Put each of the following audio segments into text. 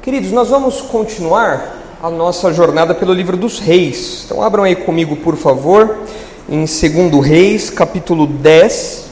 Queridos, nós vamos continuar a nossa jornada pelo livro dos Reis. Então abram aí comigo, por favor, em 2 Reis, capítulo 10.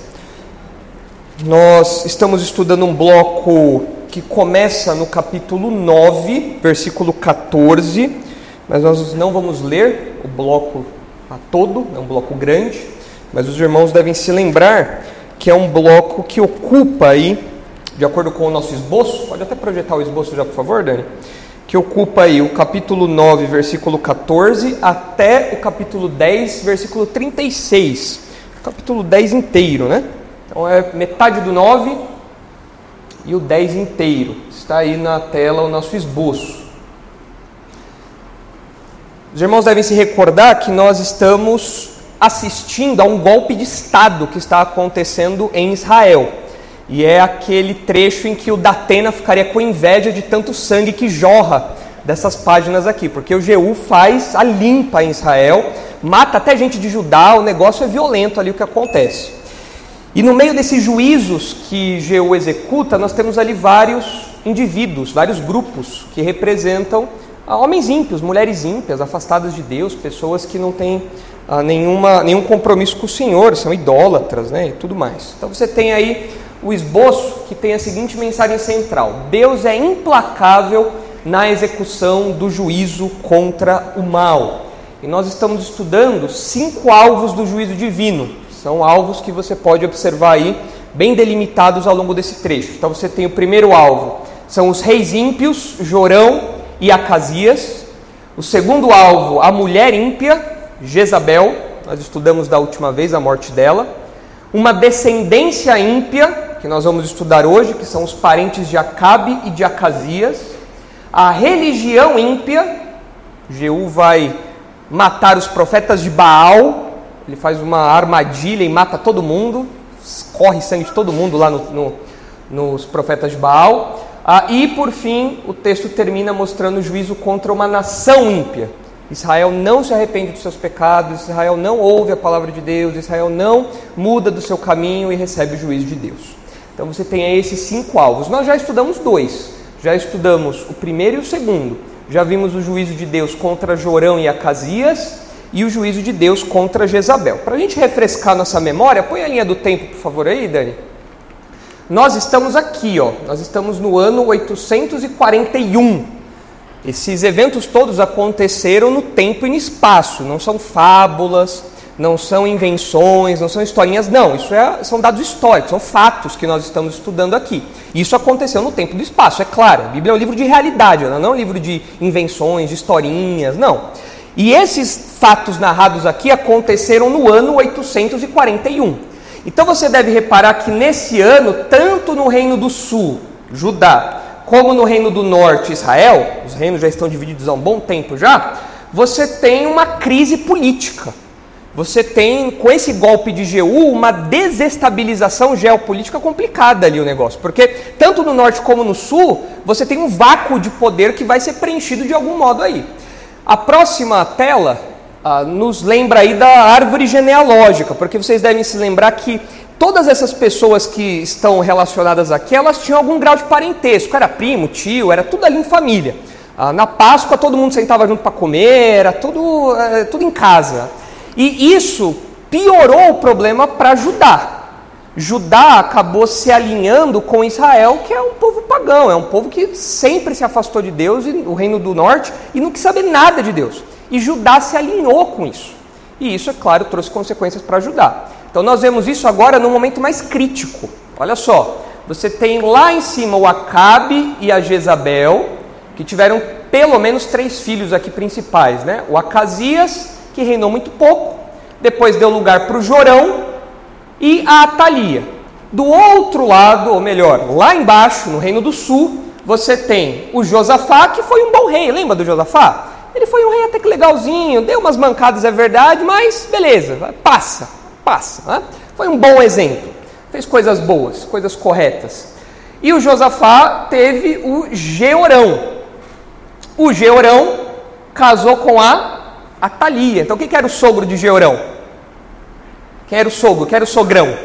Nós estamos estudando um bloco que começa no capítulo 9, versículo 14, mas nós não vamos ler o bloco a todo, é um bloco grande, mas os irmãos devem se lembrar que é um bloco que ocupa aí, de acordo com o nosso esboço, pode até projetar o esboço já, por favor, Dani? Que ocupa aí o capítulo 9, versículo 14, até o capítulo 10, versículo 36. O capítulo 10 inteiro, né? Então é metade do 9 e o 10 inteiro. Está aí na tela o nosso esboço. Os irmãos devem se recordar que nós estamos assistindo a um golpe de Estado que está acontecendo em Israel. E é aquele trecho em que o Datena ficaria com inveja de tanto sangue que jorra dessas páginas aqui, porque o Jeú faz a limpa em Israel, mata até gente de Judá, o negócio é violento ali o que acontece. E no meio desses juízos que Jeú executa, nós temos ali vários indivíduos, vários grupos que representam homens ímpios, mulheres ímpias, afastadas de Deus, pessoas que não têm nenhum compromisso com o Senhor, são idólatras, né, e tudo mais. Então você tem aí o esboço que tem a seguinte mensagem central: Deus é implacável na execução do juízo contra o mal. E nós estamos estudando 5 alvos do juízo divino. São alvos que você pode observar aí, bem delimitados ao longo desse trecho. Então você tem o primeiro alvo, são os reis ímpios, Jorão e Acasias. O segundo alvo, a mulher ímpia, Jezabel. Nós estudamos da última vez a morte dela. Uma descendência ímpia, que nós vamos estudar hoje, que são os parentes de Acabe e de Acasias. A religião ímpia, Jeú vai matar os profetas de Baal, ele faz uma armadilha e mata todo mundo, escorre sangue de todo mundo lá nos profetas de Baal. E por fim, o texto termina mostrando o juízo contra uma nação ímpia. Israel não se arrepende dos seus pecados, Israel não ouve a palavra de Deus, Israel não muda do seu caminho e recebe o juízo de Deus. Então você tem aí esses 5 alvos. Nós já estudamos 2, já estudamos o primeiro e o segundo. Já vimos o juízo de Deus contra Jorão e Acasias e o juízo de Deus contra Jezabel. Para a gente refrescar nossa memória, põe a linha do tempo, por favor, aí, Dani. Nós estamos aqui, nós estamos no ano 841. Esses eventos todos aconteceram no tempo e no espaço, não são fábulas, não são invenções, não são historinhas, não, são dados históricos, são fatos que nós estamos estudando aqui. Isso aconteceu no tempo e no espaço, é claro, a Bíblia é um livro de realidade, não é um livro de invenções, de historinhas, não. E esses fatos narrados aqui aconteceram no ano 841. Então você deve reparar que nesse ano, tanto no Reino do Sul, Judá, como no Reino do Norte, Israel, os reinos já estão divididos há um bom tempo já, você tem uma crise política. Você tem, com esse golpe de Jeú, uma desestabilização geopolítica complicada ali o negócio. Porque tanto no Norte como no Sul, você tem um vácuo de poder que vai ser preenchido de algum modo aí. A próxima tela nos lembra aí da árvore genealógica, porque vocês devem se lembrar que todas essas pessoas que estão relacionadas aqui, elas tinham algum grau de parentesco, era primo, tio, era tudo ali em família. Na Páscoa todo mundo sentava junto para comer, era tudo em casa. E isso piorou o problema para Judá. Judá acabou se alinhando com Israel, que é um povo pagão, é um povo que sempre se afastou de Deus, e o Reino do Norte, e não quis saber nada de Deus. E Judá se alinhou com isso. E isso, é claro, trouxe consequências para Judá. Então nós vemos isso agora no momento mais crítico. Olha só, você tem lá em cima o Acabe e a Jezabel, que tiveram pelo menos 3 filhos aqui principais, né? O Acasias, que reinou muito pouco, depois deu lugar para o Jorão e a Atalia. Do outro lado, ou melhor, lá embaixo, no Reino do Sul, você tem o Josafá, que foi um bom rei. Lembra do Josafá? Ele foi um rei até que legalzinho, deu umas mancadas, é verdade, mas beleza, passa, né? Foi um bom exemplo, fez coisas boas, coisas corretas. E o Josafá teve o Jeorão. O Jeorão casou com a Atalia. Então quem que era o sogro de Jeorão? Quem era o sogro? Quem era o sogrão?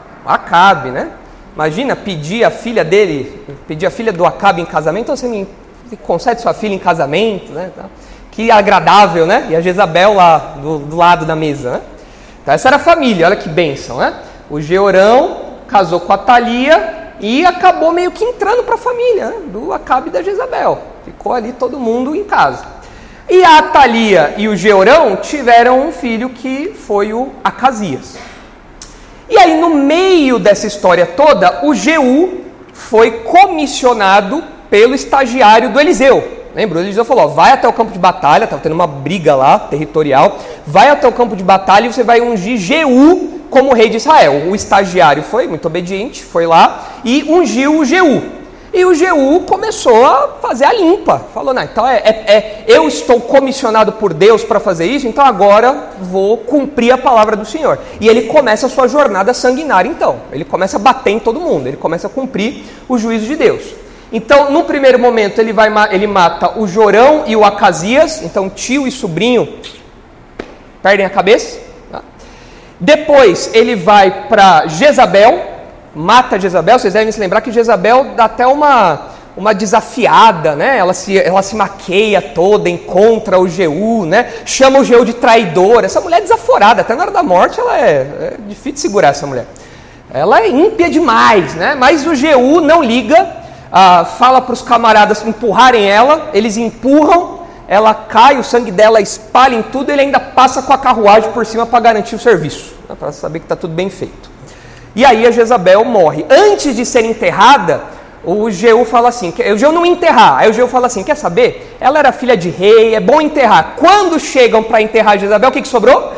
Acabe, né? Imagina pedir a filha dele, pedir a filha do Acabe em casamento, você me concede sua filha em casamento, né? Que agradável, né? E a Jezabel lá do lado da mesa, né? Então essa era a família, olha que bênção, né? O Jeorão casou com a Atalia e acabou meio que entrando para a família, né? Do Acabe e da Jezabel. Ficou ali todo mundo em casa. E a Atalia e o Jeorão tiveram um filho que foi o Acasias. E aí no meio dessa história toda, o Jeú foi comissionado pelo estagiário do Eliseu. Lembra? O Eliseu falou, vai até o campo de batalha, estava tendo uma briga lá, territorial, vai até o campo de batalha e você vai ungir Jeú como rei de Israel. O estagiário foi muito obediente, foi lá e ungiu o Jeú. E o Jeú começou a fazer a limpa. Falou, não, então eu estou comissionado por Deus para fazer isso, então agora vou cumprir a palavra do Senhor. E ele começa a sua jornada sanguinária então. Ele começa a bater em todo mundo, ele começa a cumprir o juízo de Deus. Então, no primeiro momento, ele mata o Jorão e o Acasias. Então, tio e sobrinho perdem a cabeça. Tá? Depois, ele vai para Jezabel, mata Jezabel. Vocês devem se lembrar que Jezabel dá até uma desafiada, né? Ela se maqueia toda, encontra o Jeú, né? Chama o Jeú de traidor. Essa mulher é desaforada, até na hora da morte ela é difícil de segurar essa mulher. Ela é ímpia demais, né? Mas o Jeú não liga. Fala para os camaradas empurrarem ela, eles empurram, ela cai, o sangue dela espalha em tudo, ele ainda passa com a carruagem por cima para garantir o serviço, né, para saber que está tudo bem feito. E aí a Jezabel morre. Antes de ser enterrada, o Jeú fala assim, o Jeú não enterrar, aí o Jeú fala assim, quer saber? Ela era filha de rei, é bom enterrar. Quando chegam para enterrar a Jezabel, o que sobrou?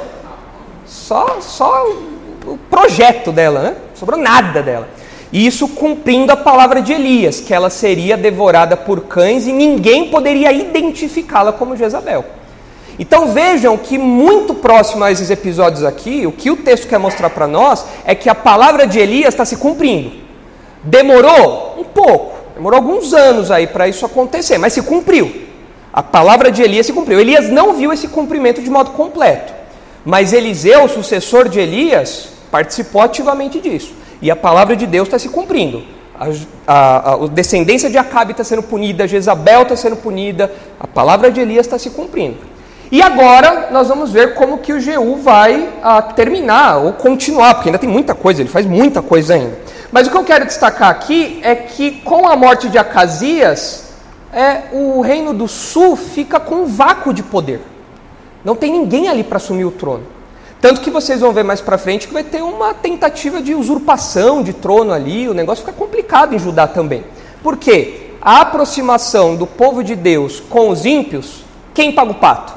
Só o projeto dela, né? Sobrou nada dela. E isso cumprindo a palavra de Elias, que ela seria devorada por cães e ninguém poderia identificá-la como Jezabel. Então vejam que muito próximo a esses episódios aqui, o que o texto quer mostrar para nós é que a palavra de Elias está se cumprindo. Demorou? Um pouco, demorou alguns anos aí para isso acontecer, mas se cumpriu. A palavra de Elias se cumpriu. Elias não viu esse cumprimento de modo completo, mas Eliseu, o sucessor de Elias, participou ativamente disso. E a palavra de Deus está se cumprindo. A descendência de Acabe está sendo punida, Jezabel está sendo punida, a palavra de Elias está se cumprindo. E agora nós vamos ver como que o Jeú vai terminar ou continuar, porque ainda tem muita coisa, ele faz muita coisa ainda. Mas o que eu quero destacar aqui é que com a morte de Acasias, o reino do sul fica com um vácuo de poder. Não tem ninguém ali para assumir o trono. Tanto que vocês vão ver mais para frente que vai ter uma tentativa de usurpação de trono ali, o negócio fica complicado em Judá também. Por quê? A aproximação do povo de Deus com os ímpios, quem paga o pato?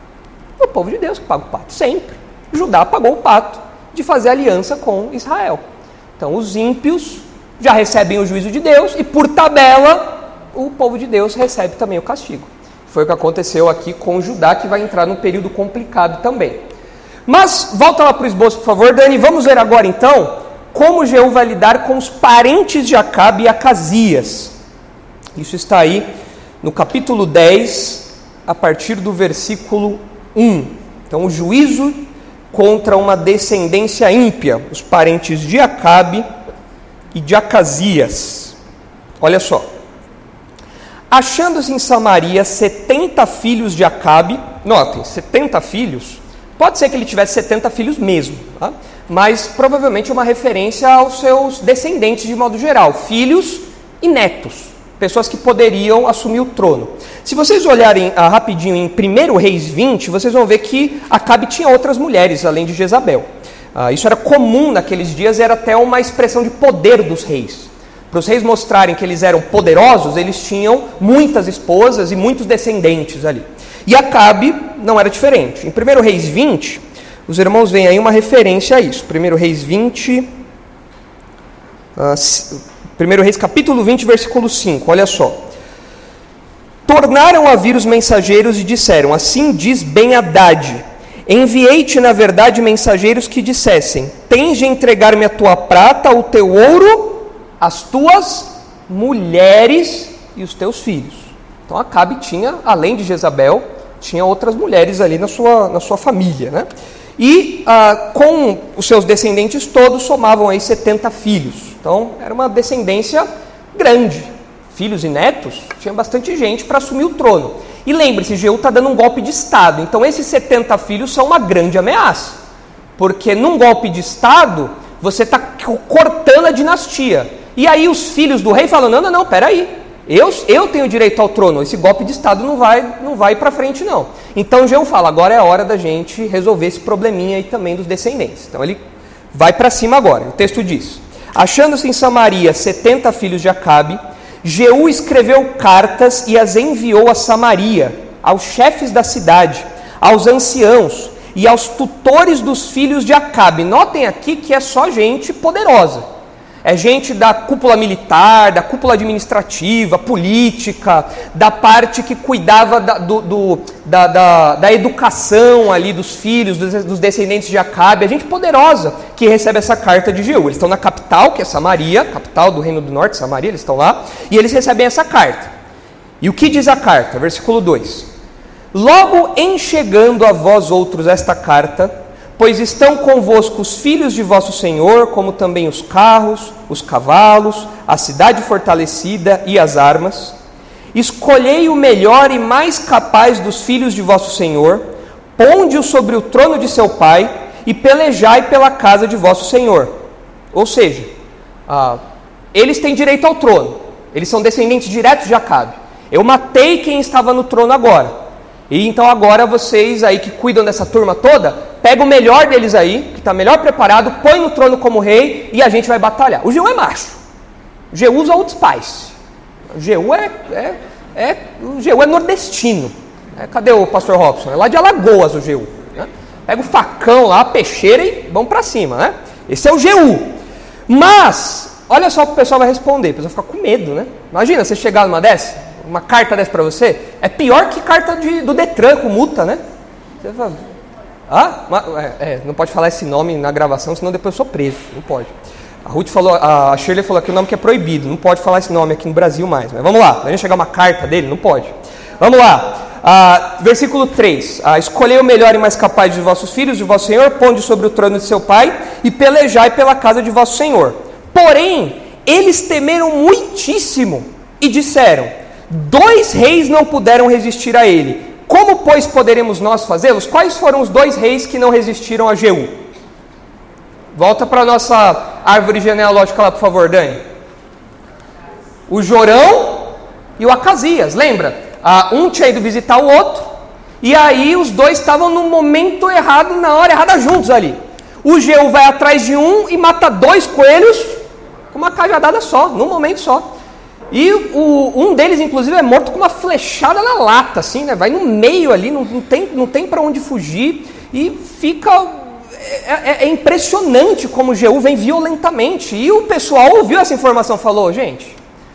O povo de Deus que paga o pato, sempre. Judá pagou o pato de fazer aliança com Israel. Então os ímpios já recebem o juízo de Deus e por tabela o povo de Deus recebe também o castigo. Foi o que aconteceu aqui com Judá, que vai entrar num período complicado também. Mas, volta lá para o esboço, por favor, Dani. Vamos ver agora, então, como Jeú vai lidar com os parentes de Acabe e Acasias. Isso está aí no capítulo 10, a partir do versículo 1. Então, o juízo contra uma descendência ímpia, os parentes de Acabe e de Acasias. Olha só. Achando-se em Samaria 70 filhos de Acabe, notem, 70 filhos... Pode ser que ele tivesse 70 filhos mesmo, tá? Mas provavelmente uma referência aos seus descendentes de modo geral, filhos e netos, pessoas que poderiam assumir o trono. Se vocês olharem rapidinho em 1 Reis 20, vocês vão ver que Acabe tinha outras mulheres, além de Jezabel. Isso era comum naqueles dias, era até uma expressão de poder dos reis. Para os reis mostrarem que eles eram poderosos, eles tinham muitas esposas e muitos descendentes ali. E Acabe não era diferente. Em 1 Reis 20, os irmãos veem aí uma referência a isso. 1 Reis 20, 1 Reis capítulo 20, versículo 5, olha só. Tornaram a vir os mensageiros e disseram, assim diz Ben-Hadad, enviei-te na verdade mensageiros que dissessem, tens de entregar-me a tua prata, o teu ouro, as tuas mulheres e os teus filhos. Então Acabe tinha, além de Jezabel, tinha outras mulheres ali na sua família, né? E com os seus descendentes todos somavam aí 70 filhos. Então era uma descendência grande, filhos e netos, tinha bastante gente para assumir o trono. E lembre-se, Jeú está dando um golpe de Estado, então esses 70 filhos são uma grande ameaça, porque num golpe de Estado, você está cortando a dinastia. E aí os filhos do rei falam, não, peraí, eu tenho direito ao trono, esse golpe de Estado não vai para frente não. Então Jeú fala, agora é a hora da gente resolver esse probleminha aí também dos descendentes. Então ele vai para cima agora, o texto diz, achando-se em Samaria 70 filhos de Acabe, Jeú escreveu cartas e as enviou a Samaria, aos chefes da cidade, aos anciãos e aos tutores dos filhos de Acabe. Notem aqui que é só gente poderosa. É gente da cúpula militar, da cúpula administrativa, política, da parte que cuidava da educação ali dos filhos, dos descendentes de Acabe. É gente poderosa que recebe essa carta de Jeú. Eles estão na capital, que é Samaria, capital do Reino do Norte, Samaria, eles estão lá, e eles recebem essa carta. E o que diz a carta? Versículo 2. Logo em chegando a vós outros esta carta, pois estão convosco os filhos de vosso Senhor, como também os carros, os cavalos, a cidade fortalecida e as armas. Escolhei o melhor e mais capaz dos filhos de vosso Senhor, ponde-o sobre o trono de seu pai e pelejai pela casa de vosso Senhor. Ou seja, eles têm direito ao trono, eles são descendentes diretos de Acabe. Eu matei quem estava no trono agora. E então agora vocês aí que cuidam dessa turma toda, pega o melhor deles aí, que está melhor preparado, põe no trono como rei e a gente vai batalhar. O Jeú é macho. O Jeú usa Old Spice. O Jeú é nordestino. Cadê o pastor Robson? É lá de Alagoas o Jeú. Né? Pega o facão lá, a peixeira e vamos para cima. Né? Esse é o Jeú. Mas, olha só o que o pessoal vai responder. O pessoal fica com medo, né? Imagina você chegar numa dessa. Uma carta dessa para você, é pior que carta do Detran com multa, né? Você fala, não pode falar esse nome na gravação, senão depois eu sou preso, não pode. A Shirley falou aqui o nome que é proibido, não pode falar esse nome aqui no Brasil mais, mas vamos lá, vai chegar uma carta dele, não pode. Vamos lá, versículo 3, escolhei o melhor e mais capaz de vossos filhos, de vosso Senhor, ponde sobre o trono de seu pai e pelejai pela casa de vosso Senhor. Porém, eles temeram muitíssimo e disseram, 2 reis não puderam resistir a ele. Como, pois, poderemos nós fazê-los? Quais foram os 2 reis que não resistiram a Jeú? Volta para a nossa árvore genealógica lá, por favor, Dani. O Jorão e o Acasias, lembra? Um tinha ido visitar o outro, e aí os 2 estavam no momento errado, na hora errada juntos ali. O Jeú vai atrás de um e mata 2 coelhos com uma cajadada só, num momento só. E um deles, inclusive, é morto com uma flechada na lata, assim, né? Vai no meio ali, não tem para onde fugir, e fica... É impressionante como Jeú vem violentamente. E o pessoal ouviu essa informação e falou, gente,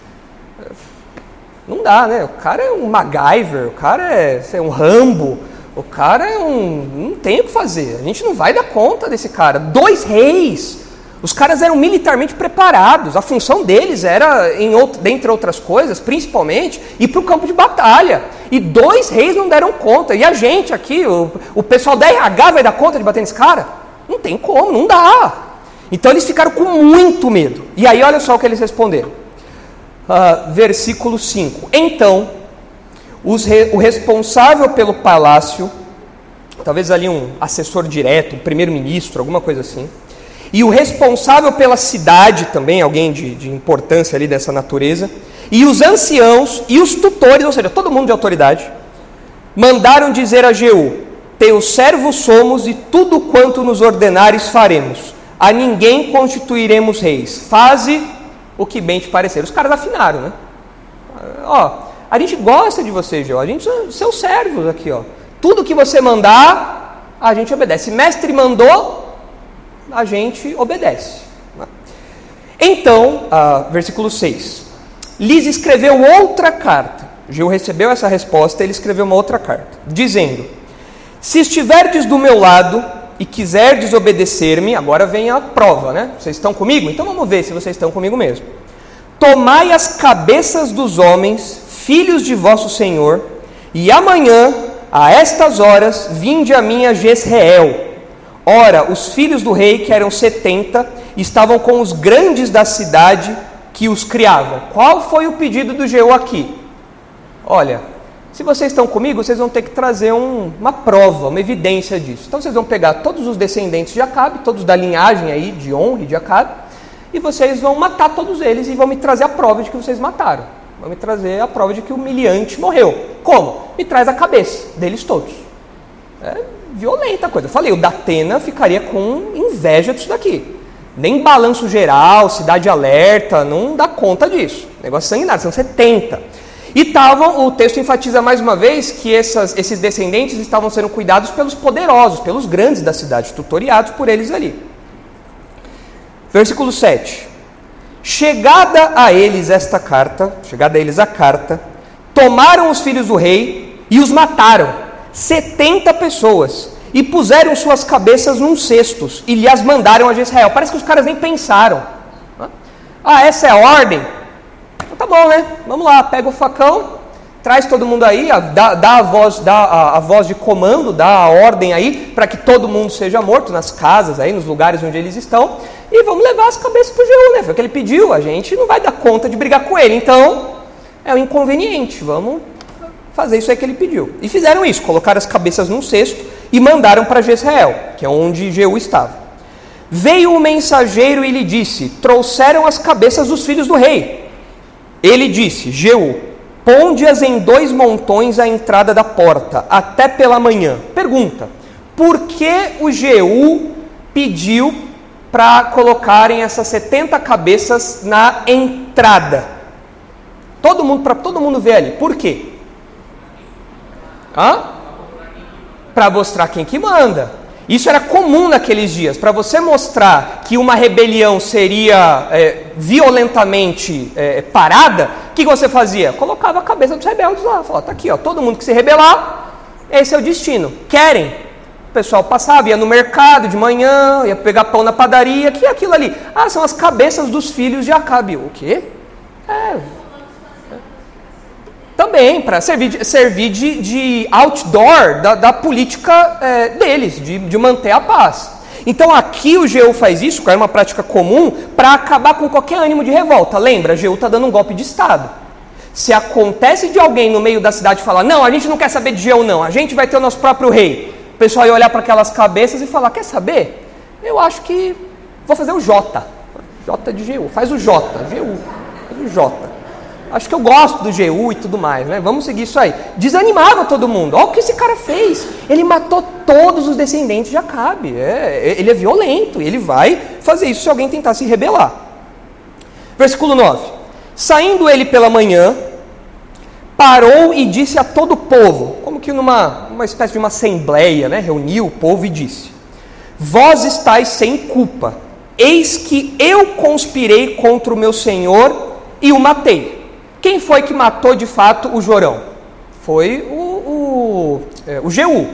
não dá, né? O cara é um MacGyver, o cara é um Rambo, o cara não tem o que fazer, a gente não vai dar conta desse cara. 2 reis... Os caras eram militarmente preparados, a função deles era, dentre outras coisas, principalmente, ir para o campo de batalha. E 2 reis não deram conta. E a gente aqui, o pessoal da RH vai dar conta de bater nesse cara? Não tem como, não dá. Então eles ficaram com muito medo. E aí olha só o que eles responderam. Versículo 5. Então, o responsável pelo palácio, talvez ali um assessor direto, um primeiro-ministro, alguma coisa assim, e o responsável pela cidade também, alguém de importância ali dessa natureza, e os anciãos e os tutores, ou seja, todo mundo de autoridade, mandaram dizer a Jeú, teus servos somos e tudo quanto nos ordenares faremos, a ninguém constituiremos reis, faze o que bem te parecer. Os caras afinaram, né? A gente gosta de você, Jeú, a gente são seus servos aqui, tudo que você mandar, a gente obedece. Mestre mandou, a gente obedece. Então, versículo 6. Lhes escreveu outra carta. Jeú recebeu essa resposta, ele escreveu uma outra carta, dizendo, se estiverdes do meu lado e quiserdes obedecer-me, agora vem a prova, né? Vocês estão comigo? Então vamos ver se vocês estão comigo mesmo. Tomai as cabeças dos homens, filhos de vosso Senhor, e amanhã, a estas horas, vinde a mim a Jezreel. Ora, os filhos do rei, que eram 70, estavam com os grandes da cidade que os criava. Qual foi o pedido do Jeú aqui? Olha, se vocês estão comigo, vocês vão ter que trazer uma prova, uma evidência disso. Então vocês vão pegar todos os descendentes de Acabe, todos da linhagem aí de On e de Acabe, e vocês vão matar todos eles e vão me trazer a prova de que vocês mataram. Vão me trazer a prova de que o humilhante morreu. Como? Me traz a cabeça deles todos. É violenta a coisa. Eu falei, o Datena ficaria com inveja disso daqui. Nem balanço geral, cidade alerta, não dá conta disso. Negócio sanguinário, são 70. E o texto enfatiza mais uma vez que esses descendentes estavam sendo cuidados pelos poderosos, pelos grandes da cidade, tutoriados por eles ali. Versículo 7. Chegada a eles a carta, tomaram os filhos do rei e os mataram, 70 pessoas, e puseram suas cabeças num cestos e lhes mandaram a Jezreel. Parece que os caras nem pensaram. Essa é a ordem? Então, tá bom, né? Vamos lá, pega o facão, traz todo mundo aí, dá a voz de comando, dá a ordem aí, para que todo mundo seja morto nas casas, aí, nos lugares onde eles estão, e vamos levar as cabeças para o Jeú, né? Foi o que ele pediu, a gente não vai dar conta de brigar com ele, então é um inconveniente, vamos fazer isso aí que ele pediu. E fizeram isso, colocaram as cabeças num cesto e mandaram para Jezreel, que é onde Jeú estava. Veio o mensageiro e lhe disse, trouxeram as cabeças dos filhos do rei. Ele disse, Jeú, ponde-as em 2 montões à entrada da porta, até pela manhã. Pergunta, por que o Jeú pediu para colocarem essas 70 cabeças na entrada? Para todo mundo ver ali. Por quê? Para mostrar quem que manda. Isso era comum naqueles dias. Para você mostrar que uma rebelião seria violentamente parada, o que você fazia? Colocava a cabeça dos rebeldes lá. Falava, tá aqui, ó, todo mundo que se rebelar, esse é o destino. Querem? O pessoal passava, ia no mercado de manhã, ia pegar pão na padaria, que é aquilo ali? São as cabeças dos filhos de Acabe. O quê? Também para servir de outdoor da política deles, de manter a paz. Então aqui o Jeú faz isso, que é uma prática comum, para acabar com qualquer ânimo de revolta. Lembra, Jeú está dando um golpe de Estado. Se acontece de alguém no meio da cidade falar, não, a gente não quer saber de Jeú não, a gente vai ter o nosso próprio rei. O pessoal ia olhar para aquelas cabeças e falar, quer saber? Eu acho que vou fazer o J. J de Jeú, faz o J, Jeú, faz o J. Acho que eu gosto do Jeú e tudo mais, né? Vamos seguir isso aí. Desanimava todo mundo. Olha o que esse cara fez. Ele matou todos os descendentes de Acabe. Ele é violento. Ele vai fazer isso se alguém tentar se rebelar. Versículo 9. Saindo ele pela manhã, parou e disse a todo o povo, como que numa espécie de uma assembleia, né? Reuniu o povo e disse, vós estáis sem culpa. Eis que eu conspirei contra o meu senhor e o matei. Quem foi que matou de fato o Jorão? Foi o Jeú.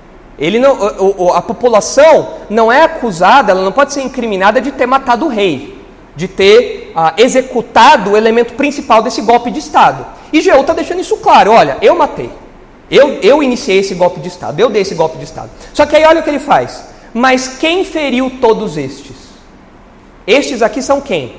A população não é acusada, ela não pode ser incriminada de ter matado o rei, de ter executado o elemento principal desse golpe de Estado. E Jeú está deixando isso claro, olha, eu matei, eu iniciei esse golpe de Estado, eu dei esse golpe de Estado. Só que aí olha o que ele faz, mas quem feriu todos estes? Estes aqui são quem?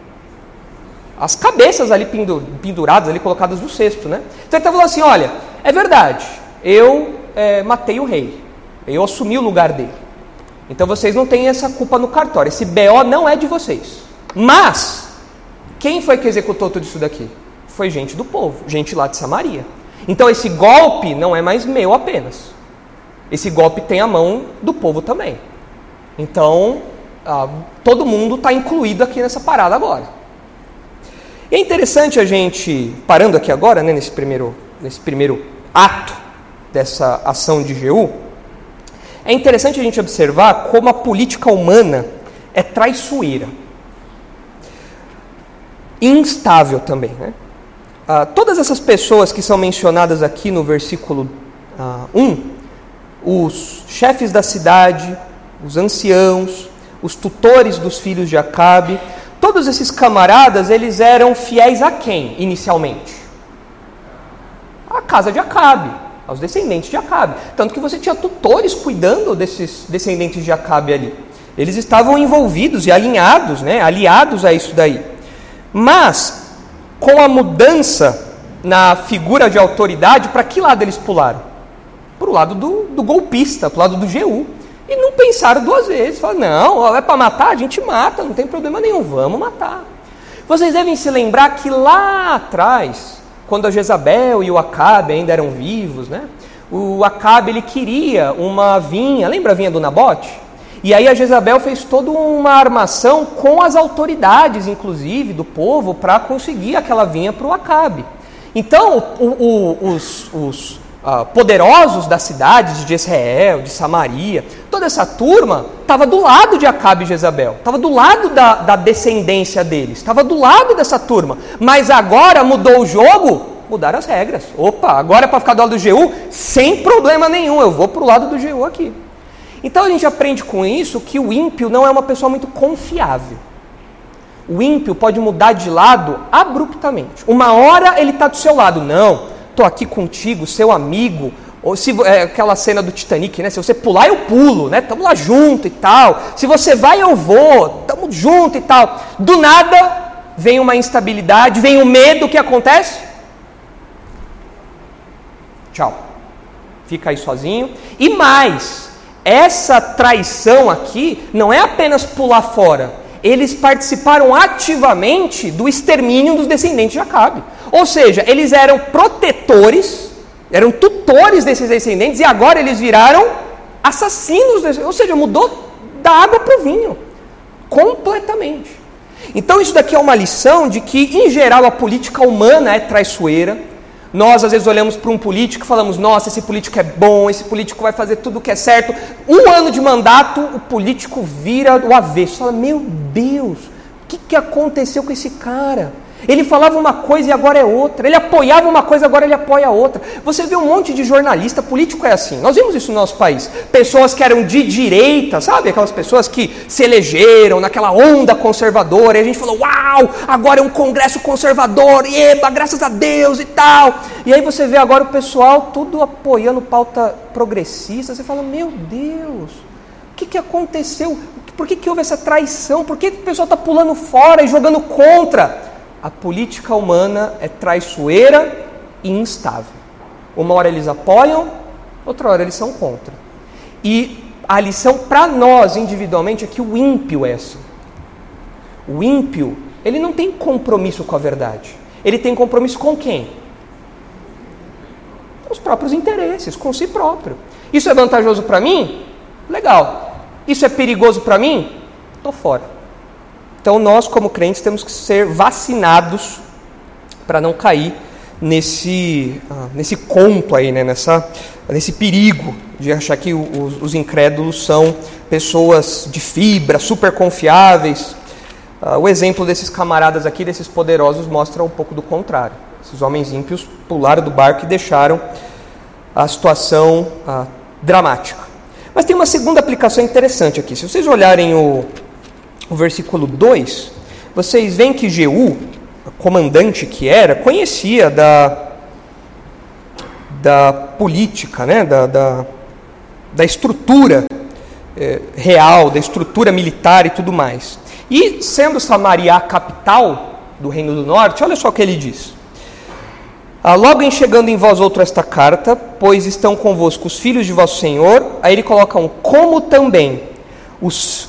As cabeças ali penduradas, ali colocadas no cesto, né? Então ele está falando assim, olha, é verdade, eu matei o rei, eu assumi o lugar dele. Então vocês não têm essa culpa no cartório, esse BO não é de vocês. Mas, quem foi que executou tudo isso daqui? Foi gente do povo, gente lá de Samaria. Então esse golpe não é mais meu apenas. Esse golpe tem a mão do povo também. Então, todo mundo está incluído aqui nessa parada agora. E é interessante a gente, parando aqui agora, né, nesse primeiro ato dessa ação de Jeú, é interessante a gente observar como a política humana é traiçoeira. E instável também, né? Todas essas pessoas que são mencionadas aqui no versículo 1, os chefes da cidade, os anciãos, os tutores dos filhos de Acabe, todos esses camaradas, eles eram fiéis a quem, inicialmente? A casa de Acabe, aos descendentes de Acabe. Tanto que você tinha tutores cuidando desses descendentes de Acabe ali. Eles estavam envolvidos e alinhados, né, aliados a isso daí. Mas, com a mudança na figura de autoridade, para que lado eles pularam? Para o lado do golpista, para o lado do Jeú. E não pensaram duas vezes. Falaram, não, é para matar? A gente mata, não tem problema nenhum, vamos matar. Vocês devem se lembrar que lá atrás, quando a Jezabel e o Acabe ainda eram vivos, né? O Acabe, ele queria uma vinha, lembra a vinha do Nabote? E aí a Jezabel fez toda uma armação com as autoridades, inclusive, do povo, para conseguir aquela vinha para o Acabe. Então, os poderosos das cidades de Israel, de Samaria, toda essa turma estava do lado de Acabe e Jezabel, estava do lado da descendência deles, estava do lado dessa turma. Mas agora mudou o jogo, mudaram as regras. Opa, agora é para ficar do lado do Jeú, sem problema nenhum, eu vou para o lado do Jeú aqui. Então a gente aprende com isso que o ímpio não é uma pessoa muito confiável. O ímpio pode mudar de lado abruptamente. Uma hora ele está do seu lado, não, estou aqui contigo, seu amigo. Ou se aquela cena do Titanic, né? Se você pular, eu pulo, né? Estamos lá junto e tal. Se você vai, eu vou, estamos junto e tal. Do nada vem uma instabilidade, vem o medo, o que acontece? Tchau. Fica aí sozinho. E mais, essa traição aqui não é apenas pular fora. Eles participaram ativamente do extermínio dos descendentes de Acabe. Ou seja, eles eram protetores, eram tutores desses descendentes e agora eles viraram assassinos. Ou seja, mudou da água para o vinho. Completamente. Então isso daqui é uma lição de que, em geral, a política humana é traiçoeira. Nós, às vezes, olhamos para um político e falamos, nossa, esse político é bom, esse político vai fazer tudo o que é certo. 1 ano de mandato, o político vira o avesso. Você fala, meu Deus, o que aconteceu com esse cara? Ele falava uma coisa e agora é outra. Ele apoiava uma coisa e agora ele apoia outra. Você vê um monte de jornalista, político é assim. Nós vimos isso no nosso país. Pessoas que eram de direita, sabe? Aquelas pessoas que se elegeram naquela onda conservadora. E a gente falou, uau, agora é um congresso conservador. E eba, graças a Deus e tal. E aí você vê agora o pessoal tudo apoiando pauta progressista. Você fala, meu Deus, o que aconteceu? Por que houve essa traição? Por que o pessoal está pulando fora e jogando contra? A política humana é traiçoeira e instável. Uma hora eles apoiam, outra hora eles são contra. E a lição para nós individualmente é que o ímpio é assim. O ímpio, ele não tem compromisso com a verdade. Ele tem compromisso com quem? Com os próprios interesses, com si próprio. Isso é vantajoso para mim? Legal. Isso é perigoso para mim? Estou fora. Então nós, como crentes, temos que ser vacinados para não cair nesse conto aí, né? Nesse perigo de achar que os incrédulos são pessoas de fibra, super confiáveis. O exemplo desses camaradas aqui, desses poderosos, mostra um pouco do contrário. Esses homens ímpios pularam do barco e deixaram a situação dramática. Mas tem uma segunda aplicação interessante aqui. Se vocês olharem o versículo 2, vocês veem que Jeú, comandante que era, conhecia da política, né? da estrutura real, da estrutura militar e tudo mais. E sendo Samaria a capital do Reino do Norte, olha só o que ele diz. Logo em chegando em vós outro esta carta, pois estão convosco os filhos de vosso Senhor, aí ele coloca como também os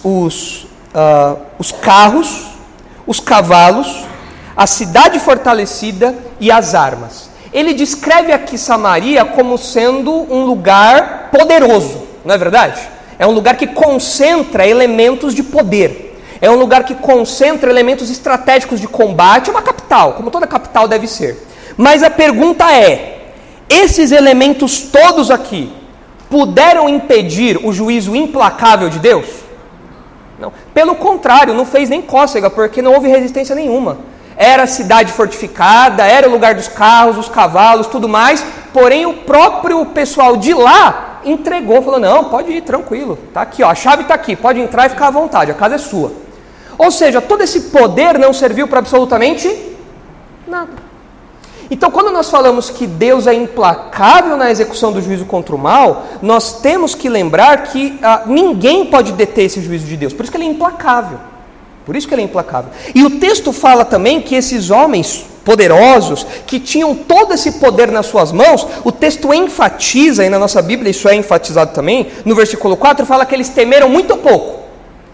carros, os cavalos, a cidade fortalecida e as armas. Ele descreve aqui Samaria como sendo um lugar poderoso, não é verdade? É um lugar que concentra elementos de poder. É um lugar que concentra elementos estratégicos de combate. É uma capital, como toda capital deve ser. Mas a pergunta é, esses elementos todos aqui puderam impedir o juízo implacável de Deus? Não. Pelo contrário, não fez nem cócega, porque não houve resistência nenhuma. Era a cidade fortificada, era o lugar dos carros, os cavalos, tudo mais, porém o próprio pessoal de lá entregou, falou, não, pode ir, tranquilo, tá aqui, ó, a chave está aqui, pode entrar e ficar à vontade, a casa é sua. Ou seja, todo esse poder não serviu para absolutamente nada. Então, quando nós falamos que Deus é implacável na execução do juízo contra o mal, nós temos que lembrar que ninguém pode deter esse juízo de Deus. Por isso que ele é implacável. Por isso que ele é implacável. E o texto fala também que esses homens poderosos, que tinham todo esse poder nas suas mãos, o texto enfatiza, e na nossa Bíblia isso é enfatizado também, no versículo 4, fala que eles temeram muito pouco.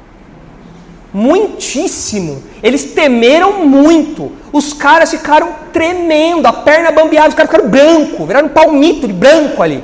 Muitíssimo. Eles temeram muito. Os caras ficaram tremendo, a perna bambeada, os caras ficaram branco, viraram um palmito de branco ali.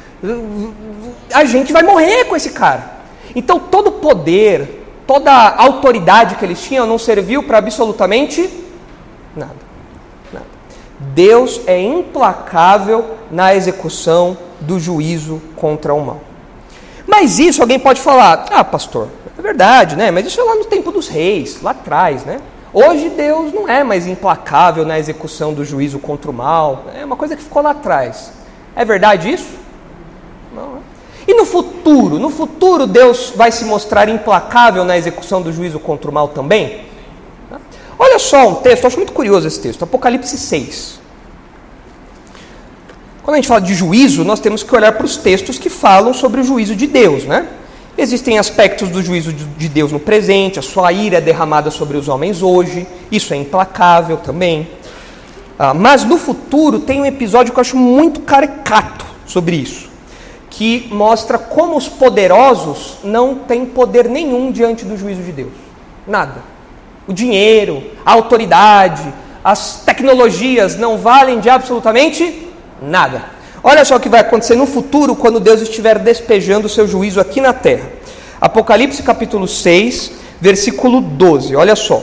A gente vai morrer com esse cara. Então todo o poder, toda a autoridade que eles tinham não serviu para absolutamente nada. Nada. Deus é implacável na execução do juízo contra o mal. Mas isso alguém pode falar, pastor, é verdade, né? Mas isso é lá no tempo dos reis, lá atrás, né? Hoje Deus não é mais implacável na execução do juízo contra o mal. É uma coisa que ficou lá atrás. É verdade isso? Não é. E no futuro Deus vai se mostrar implacável na execução do juízo contra o mal também? Olha só um texto, eu acho muito curioso esse texto, Apocalipse 6. Quando a gente fala de juízo, nós temos que olhar para os textos que falam sobre o juízo de Deus, né? Existem aspectos do juízo de Deus no presente, a sua ira é derramada sobre os homens hoje, isso é implacável também. Mas no futuro tem um episódio que eu acho muito caricato sobre isso, que mostra como os poderosos não têm poder nenhum diante do juízo de Deus. Nada. O dinheiro, a autoridade, as tecnologias não valem de absolutamente nada. Olha só o que vai acontecer no futuro quando Deus estiver despejando o seu juízo aqui na terra. Apocalipse capítulo 6, versículo 12. Olha só.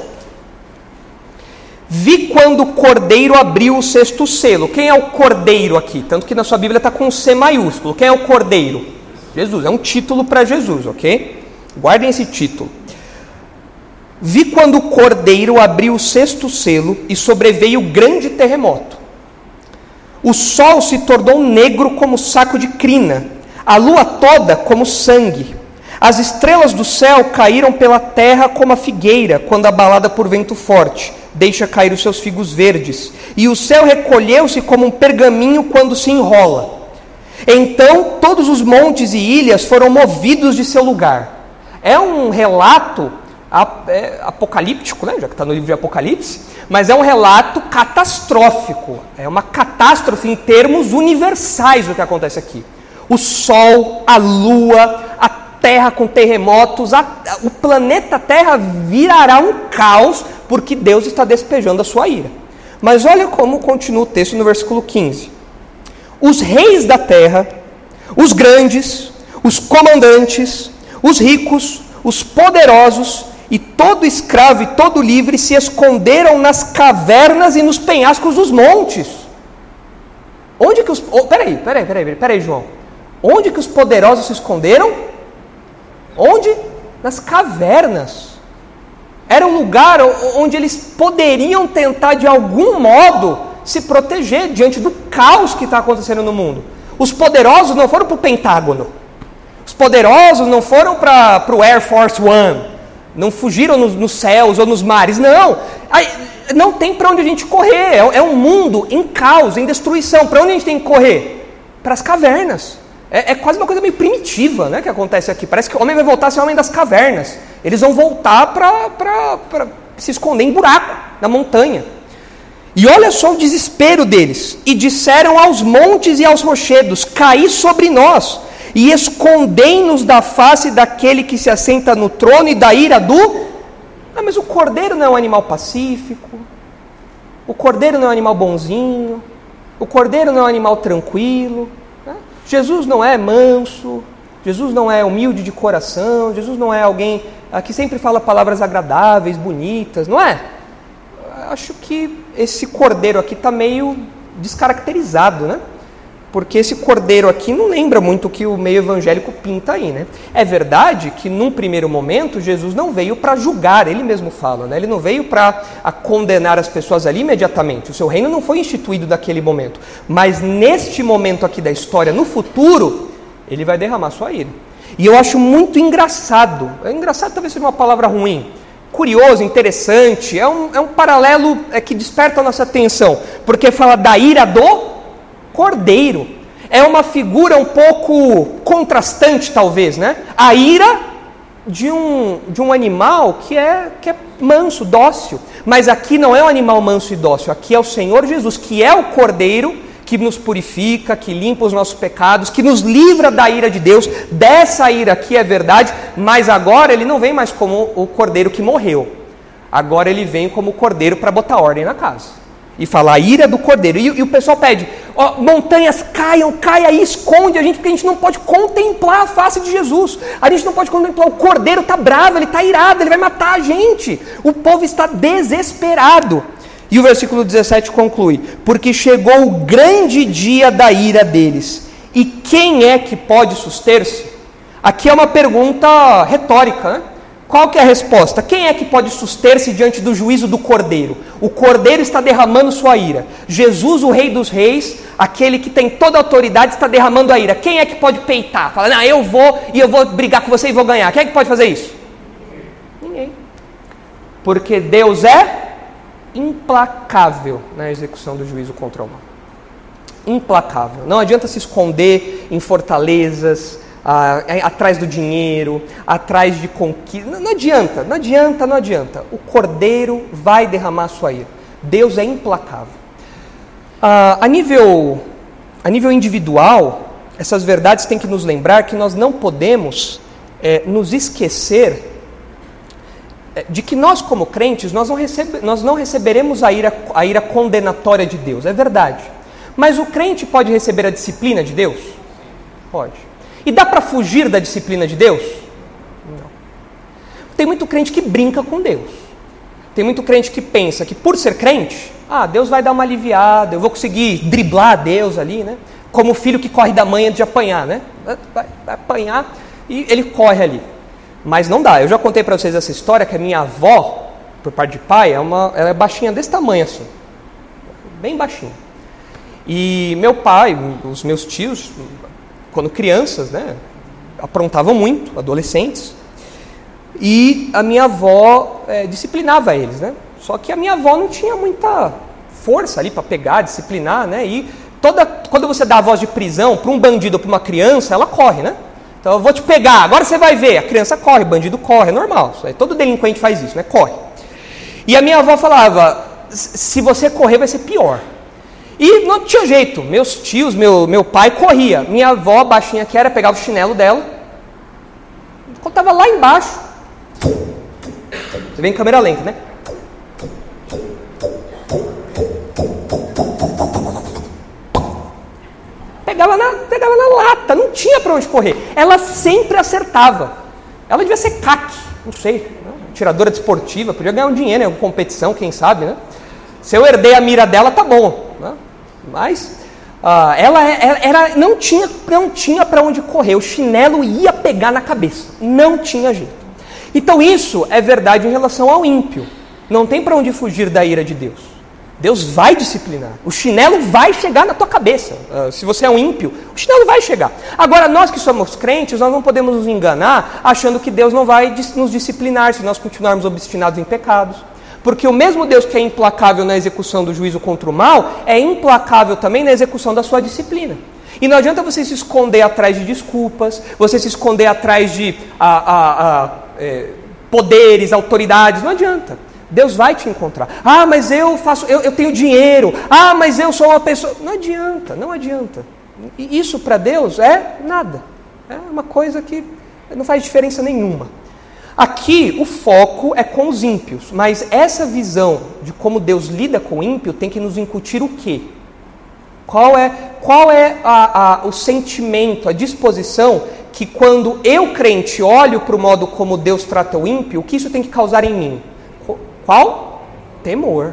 Vi quando o Cordeiro abriu o sexto selo. Quem é o Cordeiro aqui? Tanto que na sua Bíblia está com C maiúsculo. Quem é o Cordeiro? Jesus. É um título para Jesus, ok? Guardem esse título. Vi quando o Cordeiro abriu o sexto selo e sobreveio grande terremoto. O sol se tornou negro como saco de crina, a lua toda como sangue. As estrelas do céu caíram pela terra como a figueira, quando abalada por vento forte deixa cair os seus figos verdes, e o céu recolheu-se como um pergaminho quando se enrola. Então todos os montes e ilhas foram movidos de seu lugar. É um relato apocalíptico, né? Já que está no livro de Apocalipse, mas é um relato catastrófico, é uma catástrofe em termos universais do que acontece aqui. O sol, a lua, a terra com terremotos, o planeta Terra virará um caos, porque Deus está despejando a sua ira. Mas olha como continua o texto no versículo 15. Os reis da terra, os grandes, os comandantes, os ricos, os poderosos e todo escravo e todo livre se esconderam nas cavernas e nos penhascos dos montes. Onde que os... Peraí, João. Onde que os poderosos se esconderam? Onde? Nas cavernas. Era um lugar onde eles poderiam tentar de algum modo se proteger diante do caos que está acontecendo no mundo. Os poderosos não foram para o Pentágono. Os poderosos não foram para o Air Force One. Não fugiram nos céus ou nos mares. Não. Não tem para onde a gente correr. É um mundo em caos, em destruição. Para onde a gente tem que correr? Para as cavernas. É quase uma coisa meio primitiva, né, que acontece aqui. Parece que o homem vai voltar a ser o homem das cavernas. Eles vão voltar para se esconder em buraco, na montanha. E olha só o desespero deles. E disseram aos montes e aos rochedos: caí sobre nós, e escondei-nos da face daquele que se assenta no trono e da ira do... mas o cordeiro não é um animal pacífico. O cordeiro não é um animal bonzinho. O cordeiro não é um animal tranquilo. Jesus não é manso, Jesus não é humilde de coração, Jesus não é alguém que sempre fala palavras agradáveis, bonitas, não é? Acho que esse cordeiro aqui está meio descaracterizado, né? Porque esse cordeiro aqui não lembra muito o que o meio evangélico pinta aí, né? É verdade que num primeiro momento Jesus não veio para julgar, ele mesmo fala, né? Ele não veio para condenar as pessoas ali imediatamente, o seu reino não foi instituído naquele momento, mas neste momento aqui da história, no futuro, ele vai derramar sua ira. E eu acho muito engraçado talvez seja uma palavra ruim, curioso, interessante, é um paralelo que desperta a nossa atenção, porque fala da ira do Cordeiro. É uma figura um pouco contrastante, talvez, né? A ira de um animal que é manso, dócil. Mas aqui não é um animal manso e dócil, aqui é o Senhor Jesus, que é o Cordeiro que nos purifica, que limpa os nossos pecados, que nos livra da ira de Deus. Dessa ira aqui é verdade, mas agora ele não vem mais como o Cordeiro que morreu. Agora ele vem como o Cordeiro para botar ordem na casa. E falar a ira do Cordeiro. E o pessoal pede, montanhas caiam, caia aí, esconde a gente, porque a gente não pode contemplar a face de Jesus. A gente não pode contemplar, o Cordeiro está bravo, ele está irado, ele vai matar a gente. O povo está desesperado. E o versículo 17 conclui, porque chegou o grande dia da ira deles. E quem é que pode suster-se? Aqui é uma pergunta retórica, né? Qual que é a resposta? Quem é que pode suster-se diante do juízo do Cordeiro? O Cordeiro está derramando sua ira. Jesus, o Rei dos Reis, aquele que tem toda a autoridade, está derramando a ira. Quem é que pode peitar? Fala, não, eu vou brigar com você e vou ganhar. Quem é que pode fazer isso? Ninguém. Porque Deus é implacável na execução do juízo contra o mal. Implacável. Não adianta se esconder em fortalezas, atrás do dinheiro, atrás de conquista. Não adianta. O Cordeiro vai derramar sua ira. Deus é implacável. A nível individual, essas verdades têm que nos lembrar que nós não podemos nos esquecer de que nós, como crentes, nós não receberemos a ira condenatória de Deus. É verdade. Mas o crente pode receber a disciplina de Deus? Pode. E dá para fugir da disciplina de Deus? Não. Tem muito crente que brinca com Deus. Tem muito crente que pensa que por ser crente, Deus vai dar uma aliviada, eu vou conseguir driblar Deus ali, né? Como o filho que corre da mãe antes de apanhar, né? Vai apanhar e ele corre ali. Mas não dá. Eu já contei para vocês essa história que a minha avó, por parte de pai, ela é baixinha desse tamanho assim. Bem baixinha. E meu pai, os meus tios, quando crianças, né, aprontavam muito, adolescentes, e a minha avó disciplinava eles, né? Só que a minha avó não tinha muita força ali para pegar, disciplinar, né? E quando você dá a voz de prisão para um bandido ou para uma criança, ela corre, né? Então eu vou te pegar, agora você vai ver, a criança corre, o bandido corre, é normal, todo delinquente faz isso, né? Corre. E a minha avó falava, se você correr vai ser pior. E não tinha jeito, meus tios, meu pai corria. Minha avó, baixinha que era, pegava o chinelo dela. Quando estava lá embaixo, você vê em câmera lenta, né? Pegava na lata, não tinha para onde correr. Ela sempre acertava. Ela devia ser CAC, não sei, tiradora desportiva, podia ganhar um dinheiro em alguma competição, quem sabe, né? Se eu herdei a mira dela, tá bom, né? Mas ela não tinha para onde correr, o chinelo ia pegar na cabeça, não tinha jeito. Então isso é verdade em relação ao ímpio, não tem para onde fugir da ira de Deus. Deus vai disciplinar, o chinelo vai chegar na tua cabeça. Se você é um ímpio, o chinelo vai chegar. Agora nós que somos crentes, nós não podemos nos enganar achando que Deus não vai nos disciplinar se nós continuarmos obstinados em pecados. Porque o mesmo Deus que é implacável na execução do juízo contra o mal, é implacável também na execução da sua disciplina. E não adianta você se esconder atrás de desculpas, você se esconder atrás de poderes, autoridades, não adianta. Deus vai te encontrar. Mas eu tenho dinheiro. Mas eu sou uma pessoa... Não adianta. E isso para Deus é nada. É uma coisa que não faz diferença nenhuma. Aqui o foco é com os ímpios, mas essa visão de como Deus lida com o ímpio tem que nos incutir o quê? Qual é o sentimento, a disposição que quando eu, crente, olho para o modo como Deus trata o ímpio, o que isso tem que causar em mim? Qual? Temor.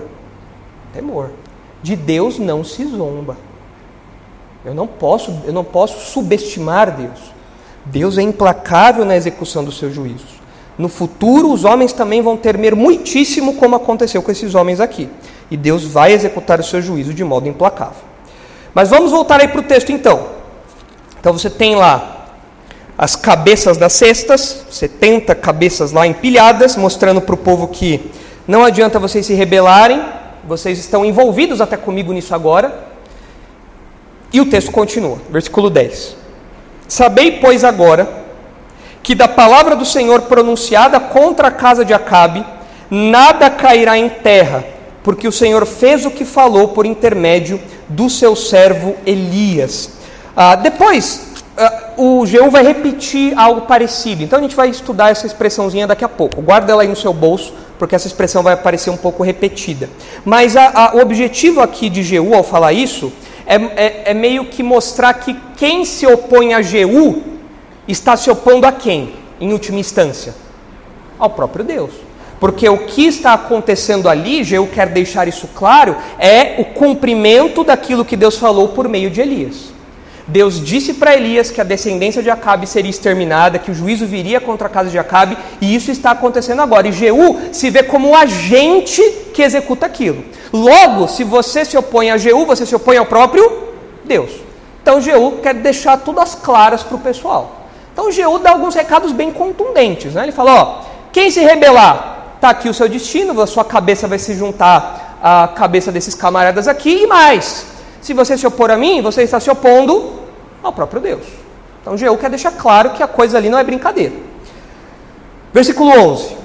De Deus não se zomba. Eu não posso subestimar Deus. Deus é implacável na execução dos seus juízos. No futuro, os homens também vão temer muitíssimo, como aconteceu com esses homens aqui. E Deus vai executar o seu juízo de modo implacável. Mas vamos voltar aí para o texto então. Então você tem lá as cabeças das cestas, 70 cabeças lá empilhadas, mostrando para o povo que não adianta vocês se rebelarem, vocês estão envolvidos até comigo nisso agora. E o texto continua, versículo 10. Sabei, pois, agora, que da palavra do Senhor pronunciada contra a casa de Acabe, nada cairá em terra, porque o Senhor fez o que falou por intermédio do seu servo Elias. Depois, o Jeú vai repetir algo parecido. Então a gente vai estudar essa expressãozinha daqui a pouco. Guarda ela aí no seu bolso, porque essa expressão vai aparecer um pouco repetida. Mas o objetivo aqui de Jeú, ao falar isso, é meio que mostrar que quem se opõe a Jeú está se opondo a quem, em última instância? Ao próprio Deus. Porque o que está acontecendo ali, Jeú quer deixar isso claro, é o cumprimento daquilo que Deus falou por meio de Elias. Deus disse para Elias que a descendência de Acabe seria exterminada, que o juízo viria contra a casa de Acabe, e isso está acontecendo agora. E Jeú se vê como o agente que executa aquilo. Logo, se você se opõe a Jeú, você se opõe ao próprio Deus. Então Jeú quer deixar tudo às claras para o pessoal. Então Jeú dá alguns recados bem contundentes, né? Ele fala, quem se rebelar, está aqui o seu destino, a sua cabeça vai se juntar à cabeça desses camaradas aqui, e mais, se você se opor a mim, você está se opondo ao próprio Deus. Então Jeú quer deixar claro que a coisa ali não é brincadeira. Versículo 11.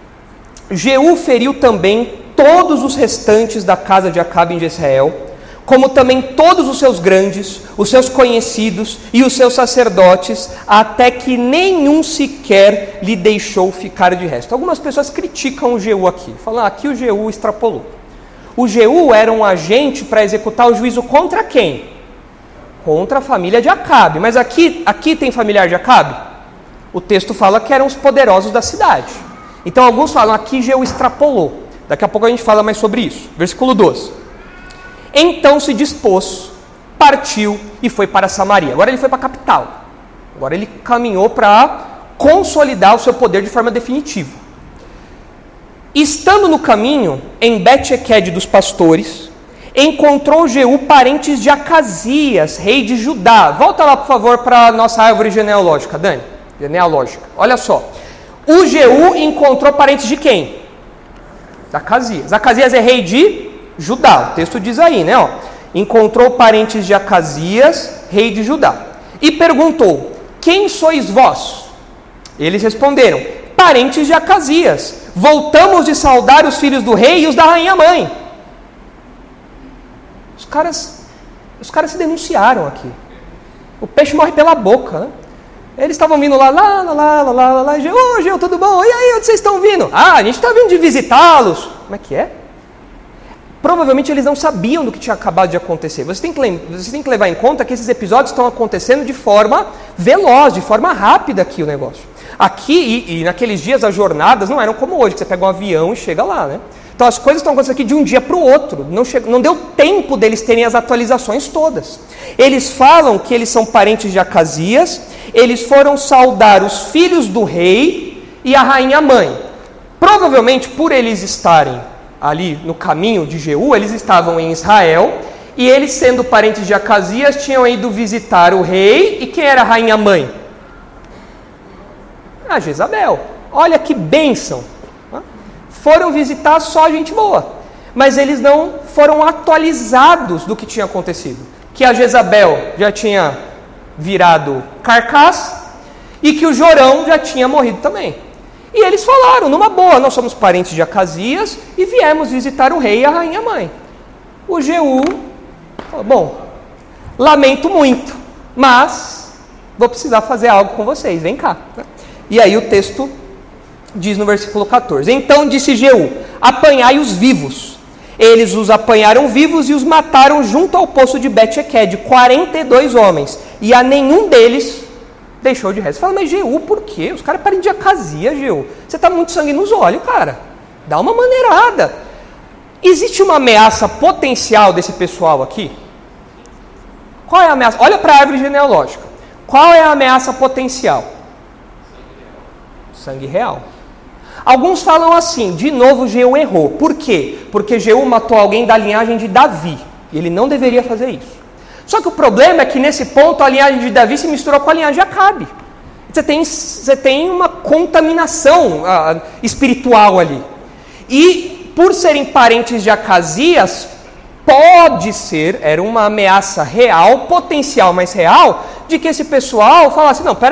Jeú feriu também todos os restantes da casa de Acabe em Jezreel, como também todos os seus grandes, os seus conhecidos e os seus sacerdotes, até que nenhum sequer lhe deixou ficar de resto. Algumas pessoas criticam o Jeú aqui, falam, aqui o Jeú extrapolou. O Jeú era um agente para executar o juízo contra quem? Contra a família de Acabe. Mas aqui tem familiar de Acabe? O texto fala que eram os poderosos da cidade. Então alguns falam, aqui Jeú extrapolou. Daqui a pouco a gente fala mais sobre isso. Versículo 12. Então se dispôs, partiu e foi para Samaria. Agora ele foi para a capital. Agora ele caminhou para consolidar o seu poder de forma definitiva. Estando no caminho, em Bet-Eked dos pastores, encontrou Jeú parentes de Acasias, rei de Judá. Volta lá, por favor, para a nossa árvore genealógica, Dani. Genealógica. Olha só. O Jeú encontrou parentes de quem? De Acasias. Acasias é rei de Judá. O texto diz aí, né? Encontrou parentes de Acasias, rei de Judá. E perguntou, quem sois vós? Eles responderam, parentes de Acasias. Voltamos de saudar os filhos do rei e os da rainha mãe. Os caras se denunciaram aqui. O peixe morre pela boca, né? Eles estavam vindo lá, Jeú, tudo bom? E aí, onde vocês estão vindo? A gente está vindo de visitá-los. Como é que é? Provavelmente eles não sabiam do que tinha acabado de acontecer. Você tem que levar em conta que esses episódios estão acontecendo de forma veloz, de forma rápida aqui o negócio. Aqui, e naqueles dias, as jornadas não eram como hoje, que você pega um avião e chega lá, né? Então as coisas estão acontecendo aqui de um dia para o outro. Não deu tempo deles terem as atualizações todas. Eles falam que eles são parentes de Acasias, eles foram saudar os filhos do rei e a rainha mãe. Provavelmente, por eles estarem ali no caminho de Jeú, eles estavam em Israel, e eles, sendo parentes de Acasias, tinham ido visitar o rei. E quem era a rainha mãe? A Jezabel. Olha que bênção. Foram visitar só gente boa, mas eles não foram atualizados do que tinha acontecido. Que a Jezabel já tinha virado carcaça e que o Jorão já tinha morrido também. E eles falaram, numa boa, nós somos parentes de Acasias e viemos visitar o rei e a rainha mãe. O Jeú falou, bom, lamento muito, mas vou precisar fazer algo com vocês, vem cá. E aí o texto diz no versículo 14, então disse Jeú, apanhai os vivos. Eles os apanharam vivos e os mataram junto ao poço de Bet-Eked, 42 homens, e a nenhum deles deixou de resto. Você fala, mas Jeú, por quê? Os caras param de Acasias, Jeú. Você está muito sangue nos olhos, cara. Dá uma maneirada. Existe uma ameaça potencial desse pessoal aqui? Qual é a ameaça? Olha para a árvore genealógica. Qual é a ameaça potencial? Sangue real. Alguns falam assim, de novo Jeú errou. Por quê? Porque Jeú matou alguém da linhagem de Davi. E ele não deveria fazer isso. Só que o problema é que nesse ponto a linhagem de Davi se misturou com a linhagem de Acabe. Você tem uma contaminação espiritual ali. E por serem parentes de Acasias, pode ser, era uma ameaça real, potencial, mas real, de que esse pessoal falasse, não, peraí,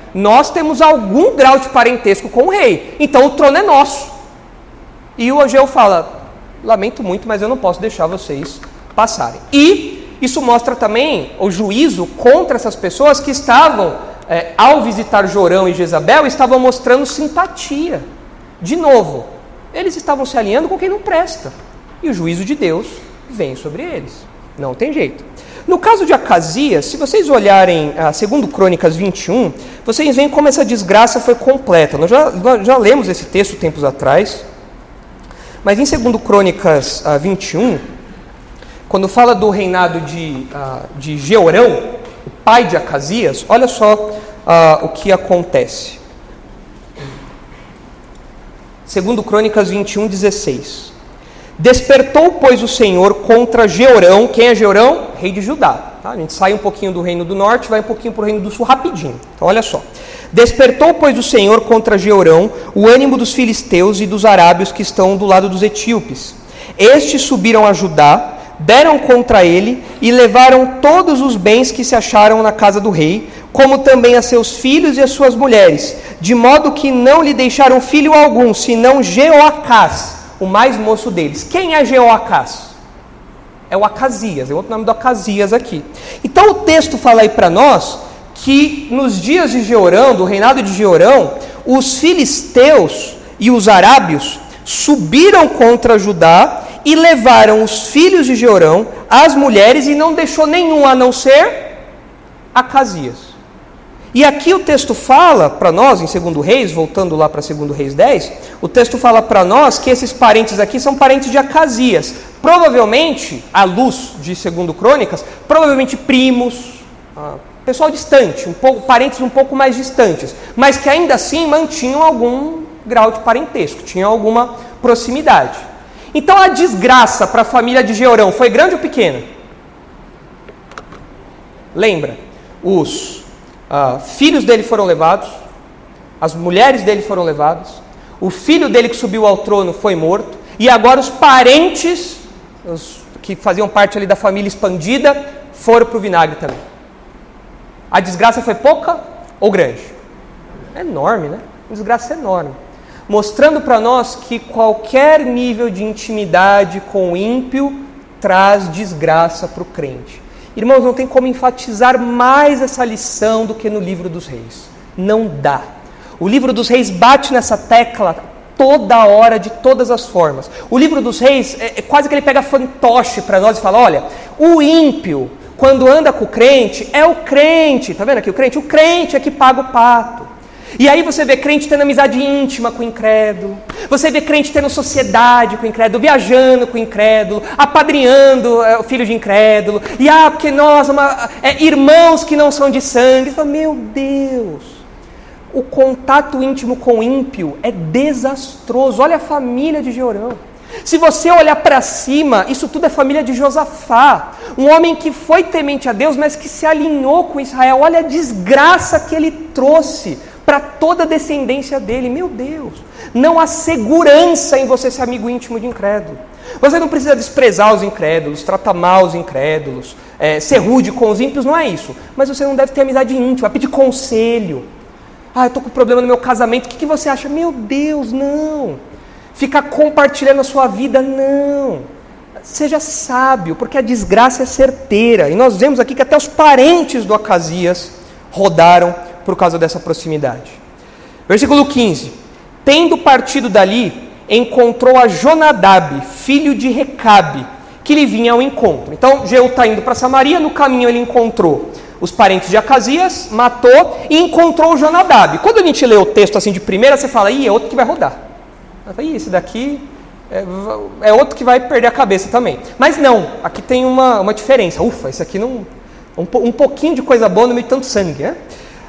nós temos algum grau de parentesco com o rei, então o trono é nosso. E o Ageu fala, lamento muito, mas eu não posso deixar vocês passarem. E isso mostra também o juízo contra essas pessoas que estavam, ao visitar Jorão e Jezabel, estavam mostrando simpatia. De novo, eles estavam se alinhando com quem não presta. E o juízo de Deus vem sobre eles. Não tem jeito. No caso de Acasias, se vocês olharem a 2 Crônicas 21, vocês veem como essa desgraça foi completa. Nós já lemos esse texto tempos atrás, mas em 2 Crônicas 21, quando fala do reinado de Jeorão, o pai de Acasias, olha só o que acontece. 2 Crônicas 21, 16. Despertou, pois, o Senhor contra Jeorão. Quem é Jeorão? Rei de Judá. Tá? A gente sai um pouquinho do reino do norte, vai um pouquinho para o reino do sul rapidinho. Então, olha só. Despertou, pois, o Senhor contra Jeorão o ânimo dos filisteus e dos arábios que estão do lado dos etíopes. Estes subiram a Judá, deram contra ele e levaram todos os bens que se acharam na casa do rei, como também a seus filhos e as suas mulheres, de modo que não lhe deixaram filho algum, senão Jeoacás, o mais moço deles. Quem é Jeoacás? É o Acasias, é outro nome do Acasias aqui. Então o texto fala aí para nós que nos dias de Jeorão, do reinado de Jeorão, os filisteus e os arábios subiram contra Judá e levaram os filhos de Jeorão, as mulheres, e não deixou nenhum a não ser Acasias. E aqui o texto fala para nós, em 2 Reis, voltando lá para 2 Reis 10, o texto fala para nós que esses parentes aqui são parentes de Acasias. Provavelmente, à luz de 2 Crônicas, provavelmente primos, pessoal distante, parentes um pouco mais distantes, mas que ainda assim mantinham algum grau de parentesco, tinham alguma proximidade. Então a desgraça para a família de Jeorão foi grande ou pequena? Lembra? Os filhos dele foram levados, as mulheres dele foram levadas, o filho dele que subiu ao trono foi morto, e agora os parentes, os que faziam parte ali da família expandida, foram para o vinagre também. A desgraça foi pouca ou grande? É enorme, né? Uma desgraça enorme. Mostrando para nós que qualquer nível de intimidade com o ímpio traz desgraça para o crente. Irmãos, não tem como enfatizar mais essa lição do que no livro dos reis. Não dá. O livro dos reis bate nessa tecla toda hora, de todas as formas. O livro dos reis, é quase que ele pega fantoche para nós e fala, olha, o ímpio, quando anda com o crente, é o crente. Está vendo aqui o crente? O crente é que paga o pato. E aí você vê crente tendo amizade íntima com o incrédulo, você vê crente tendo sociedade com o incrédulo, viajando com o incrédulo, apadrinhando o filho de incrédulo, e porque nós, irmãos que não são de sangue. Você fala, meu Deus, o contato íntimo com o ímpio é desastroso. Olha a família de Jeorão. Se você olhar para cima, isso tudo é família de Josafá, um homem que foi temente a Deus, mas que se alinhou com Israel. Olha a desgraça que ele trouxe para toda a descendência dele. Meu Deus, não há segurança em você ser amigo íntimo de incrédulo. Você não precisa desprezar os incrédulos, tratar mal os incrédulos, ser rude com os ímpios, não é isso. Mas você não deve ter amizade íntima, vai pedir conselho. Eu estou com problema no meu casamento, o que você acha? Meu Deus, não. Ficar compartilhando a sua vida, não. Seja sábio, porque a desgraça é certeira. E nós vemos aqui que até os parentes do Acasias rodaram por causa dessa proximidade. Versículo 15. Tendo partido dali, encontrou a Jonadab, filho de Recabe, que lhe vinha ao encontro. Então, Jeú está indo para Samaria, no caminho ele encontrou os parentes de Acasias, matou e encontrou o Jonadab. Quando a gente lê o texto assim de primeira, você fala, é outro que vai rodar. Esse daqui é outro que vai perder a cabeça também. Mas não, aqui tem uma diferença. Ufa, esse aqui não... Um pouquinho de coisa boa no meio de tanto sangue, né?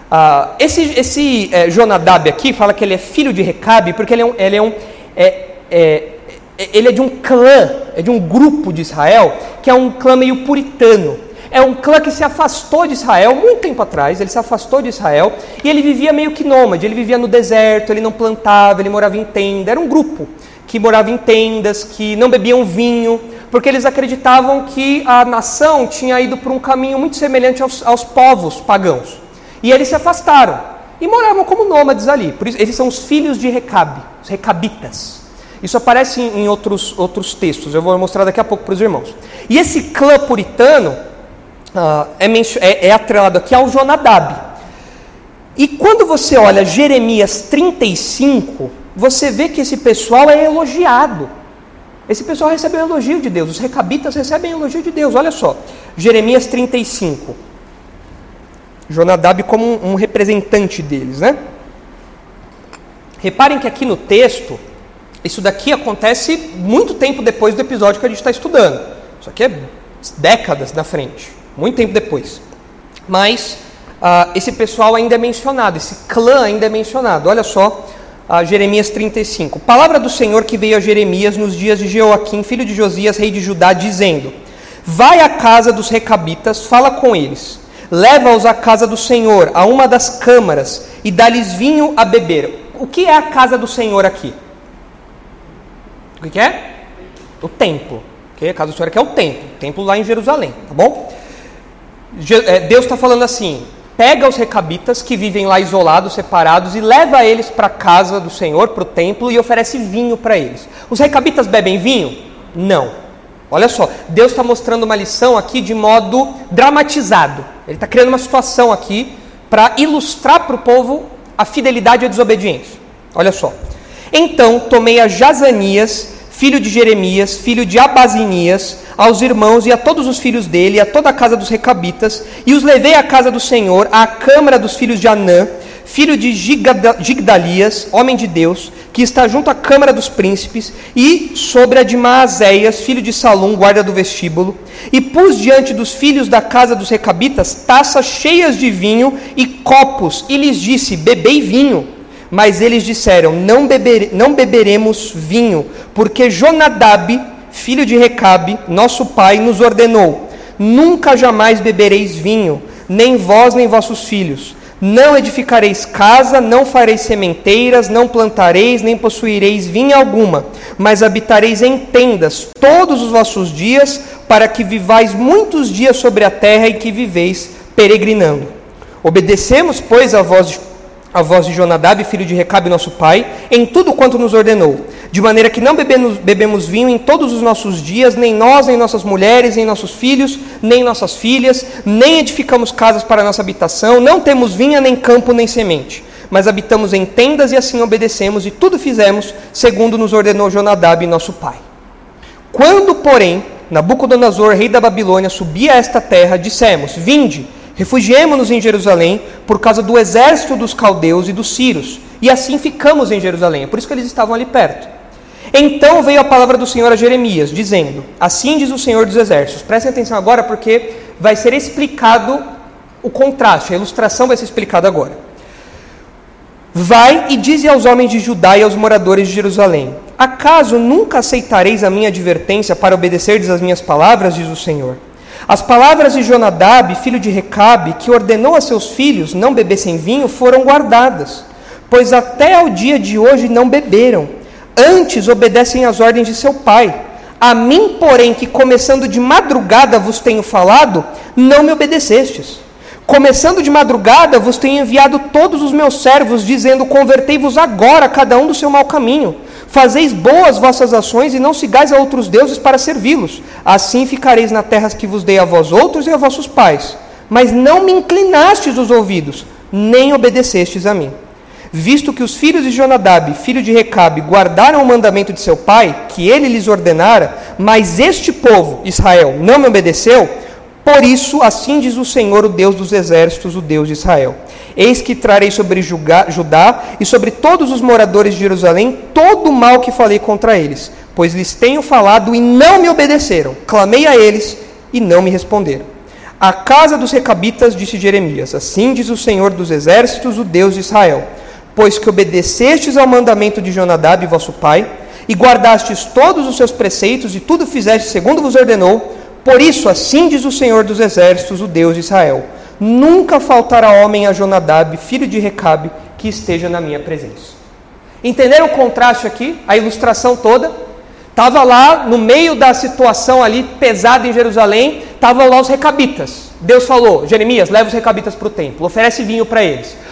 Esse Jonadab aqui fala que ele é filho de Recabe, porque ele é de um clã, é de um grupo de Israel, que é um clã meio puritano. É um clã que se afastou de Israel, muito tempo atrás, ele se afastou de Israel, e ele vivia meio que nômade, ele vivia no deserto, ele não plantava, ele morava em tenda. Era um grupo que morava em tendas, que não bebiam vinho, porque eles acreditavam que a nação tinha ido por um caminho muito semelhante aos povos pagãos. E eles se afastaram. e moravam como nômades ali. Por isso, eles são os filhos de Recabe, os recabitas. Isso aparece em outros textos, eu vou mostrar daqui a pouco para os irmãos. E esse clã puritano é atrelado aqui ao Jonadab. E quando você olha Jeremias 35, você vê que esse pessoal é elogiado. Esse pessoal recebe o elogio de Deus, os recabitas recebem o elogio de Deus. Olha só, Jeremias 35. Jonadab como um representante deles, né? Reparem que aqui no texto, isso daqui acontece muito tempo depois do episódio que a gente está estudando. Isso aqui é décadas na frente, muito tempo depois. Mas esse pessoal ainda é mencionado, esse clã ainda é mencionado. Olha só, Jeremias 35. Palavra do Senhor que veio a Jeremias nos dias de Jeoaquim, filho de Josias, rei de Judá, dizendo: vai à casa dos recabitas, fala com eles, leva-os à casa do Senhor, a uma das câmaras, e dá-lhes vinho a beber. O que é a casa do Senhor aqui? O que é? O templo. A casa do Senhor aqui é o templo lá em Jerusalém, tá bom? Deus está falando assim: pega os recabitas que vivem lá isolados, separados, e leva eles para a casa do Senhor, para o templo, e oferece vinho para eles. Os recabitas bebem vinho? Não. Olha só, Deus está mostrando uma lição aqui de modo dramatizado. Ele está criando uma situação aqui para ilustrar para o povo a fidelidade e a desobediência. Olha só. Então tomei a Jazanias, filho de Jeremias, filho de Abazinias, aos irmãos e a todos os filhos dele, e a toda a casa dos recabitas, e os levei à casa do Senhor, à câmara dos filhos de Anã, filho de Gigdalias, homem de Deus, que está junto à câmara dos príncipes, e sobre a de Maazéias, filho de Salum, guarda do vestíbulo, e pus diante dos filhos da casa dos recabitas taças cheias de vinho e copos, e lhes disse: bebei vinho. Mas eles disseram: não beberemos vinho, porque Jonadab, filho de Recabe, nosso pai, nos ordenou: nunca jamais bebereis vinho, nem vós nem vossos filhos. Não edificareis casa, não fareis sementeiras, não plantareis, nem possuireis vinha alguma, mas habitareis em tendas todos os vossos dias, para que vivais muitos dias sobre a terra e que viveis peregrinando. Obedecemos, pois, a voz de Jonadab, filho de Recabe, nosso pai, em tudo quanto nos ordenou, de maneira que não bebemos vinho em todos os nossos dias, nem nós, nem nossas mulheres, nem nossos filhos, nem nossas filhas, nem edificamos casas para nossa habitação, não temos vinha, nem campo, nem semente, mas habitamos em tendas e assim obedecemos, e tudo fizemos segundo nos ordenou Jonadab, nosso pai. Quando, porém, Nabucodonosor, rei da Babilônia, subia a esta terra, dissemos: vinde, refugiemo-nos em Jerusalém por causa do exército dos caldeus e dos sírios, e assim ficamos em Jerusalém. É por isso que eles estavam ali perto. Então veio a palavra do Senhor a Jeremias, dizendo: assim diz o Senhor dos exércitos. Prestem atenção agora, porque vai ser explicado o contraste, a ilustração vai ser explicada agora. Vai e dize aos homens de Judá e aos moradores de Jerusalém: acaso nunca aceitareis a minha advertência para obedecerdes às minhas palavras, diz o Senhor? As palavras de Jonadab, filho de Recabe, que ordenou a seus filhos não bebessem vinho, foram guardadas, pois até ao dia de hoje não beberam. Antes obedecem às ordens de seu pai. A mim, porém, que começando de madrugada vos tenho falado, não me obedecestes. Começando de madrugada vos tenho enviado todos os meus servos, dizendo: convertei-vos agora, cada um do seu mau caminho. Fazeis boas vossas ações e não sigais a outros deuses para servi-los. Assim ficareis na terra que vos dei a vós outros e a vossos pais. Mas não me inclinastes os ouvidos, nem obedecestes a mim. Visto que os filhos de Jonadab, filho de Recabe, guardaram o mandamento de seu pai, que ele lhes ordenara, mas este povo, Israel, não me obedeceu, por isso, assim diz o Senhor, o Deus dos exércitos, o Deus de Israel: eis que trarei sobre Judá e sobre todos os moradores de Jerusalém todo o mal que falei contra eles, pois lhes tenho falado e não me obedeceram. Clamei a eles e não me responderam. A casa dos recabitas, disse Jeremias: assim diz o Senhor dos exércitos, o Deus de Israel: pois que obedecestes ao mandamento de Jonadab, vosso pai, e guardastes todos os seus preceitos e tudo fizestes segundo vos ordenou, por isso, assim diz o Senhor dos exércitos, o Deus de Israel: nunca faltará homem a Jonadab, filho de Recabe, que esteja na minha presença. Entenderam o contraste aqui? A ilustração toda? Estava lá no meio da situação ali pesada em Jerusalém, estavam lá os recabitas. Deus falou: Jeremias, leva os recabitas para o templo, oferece vinho para eles.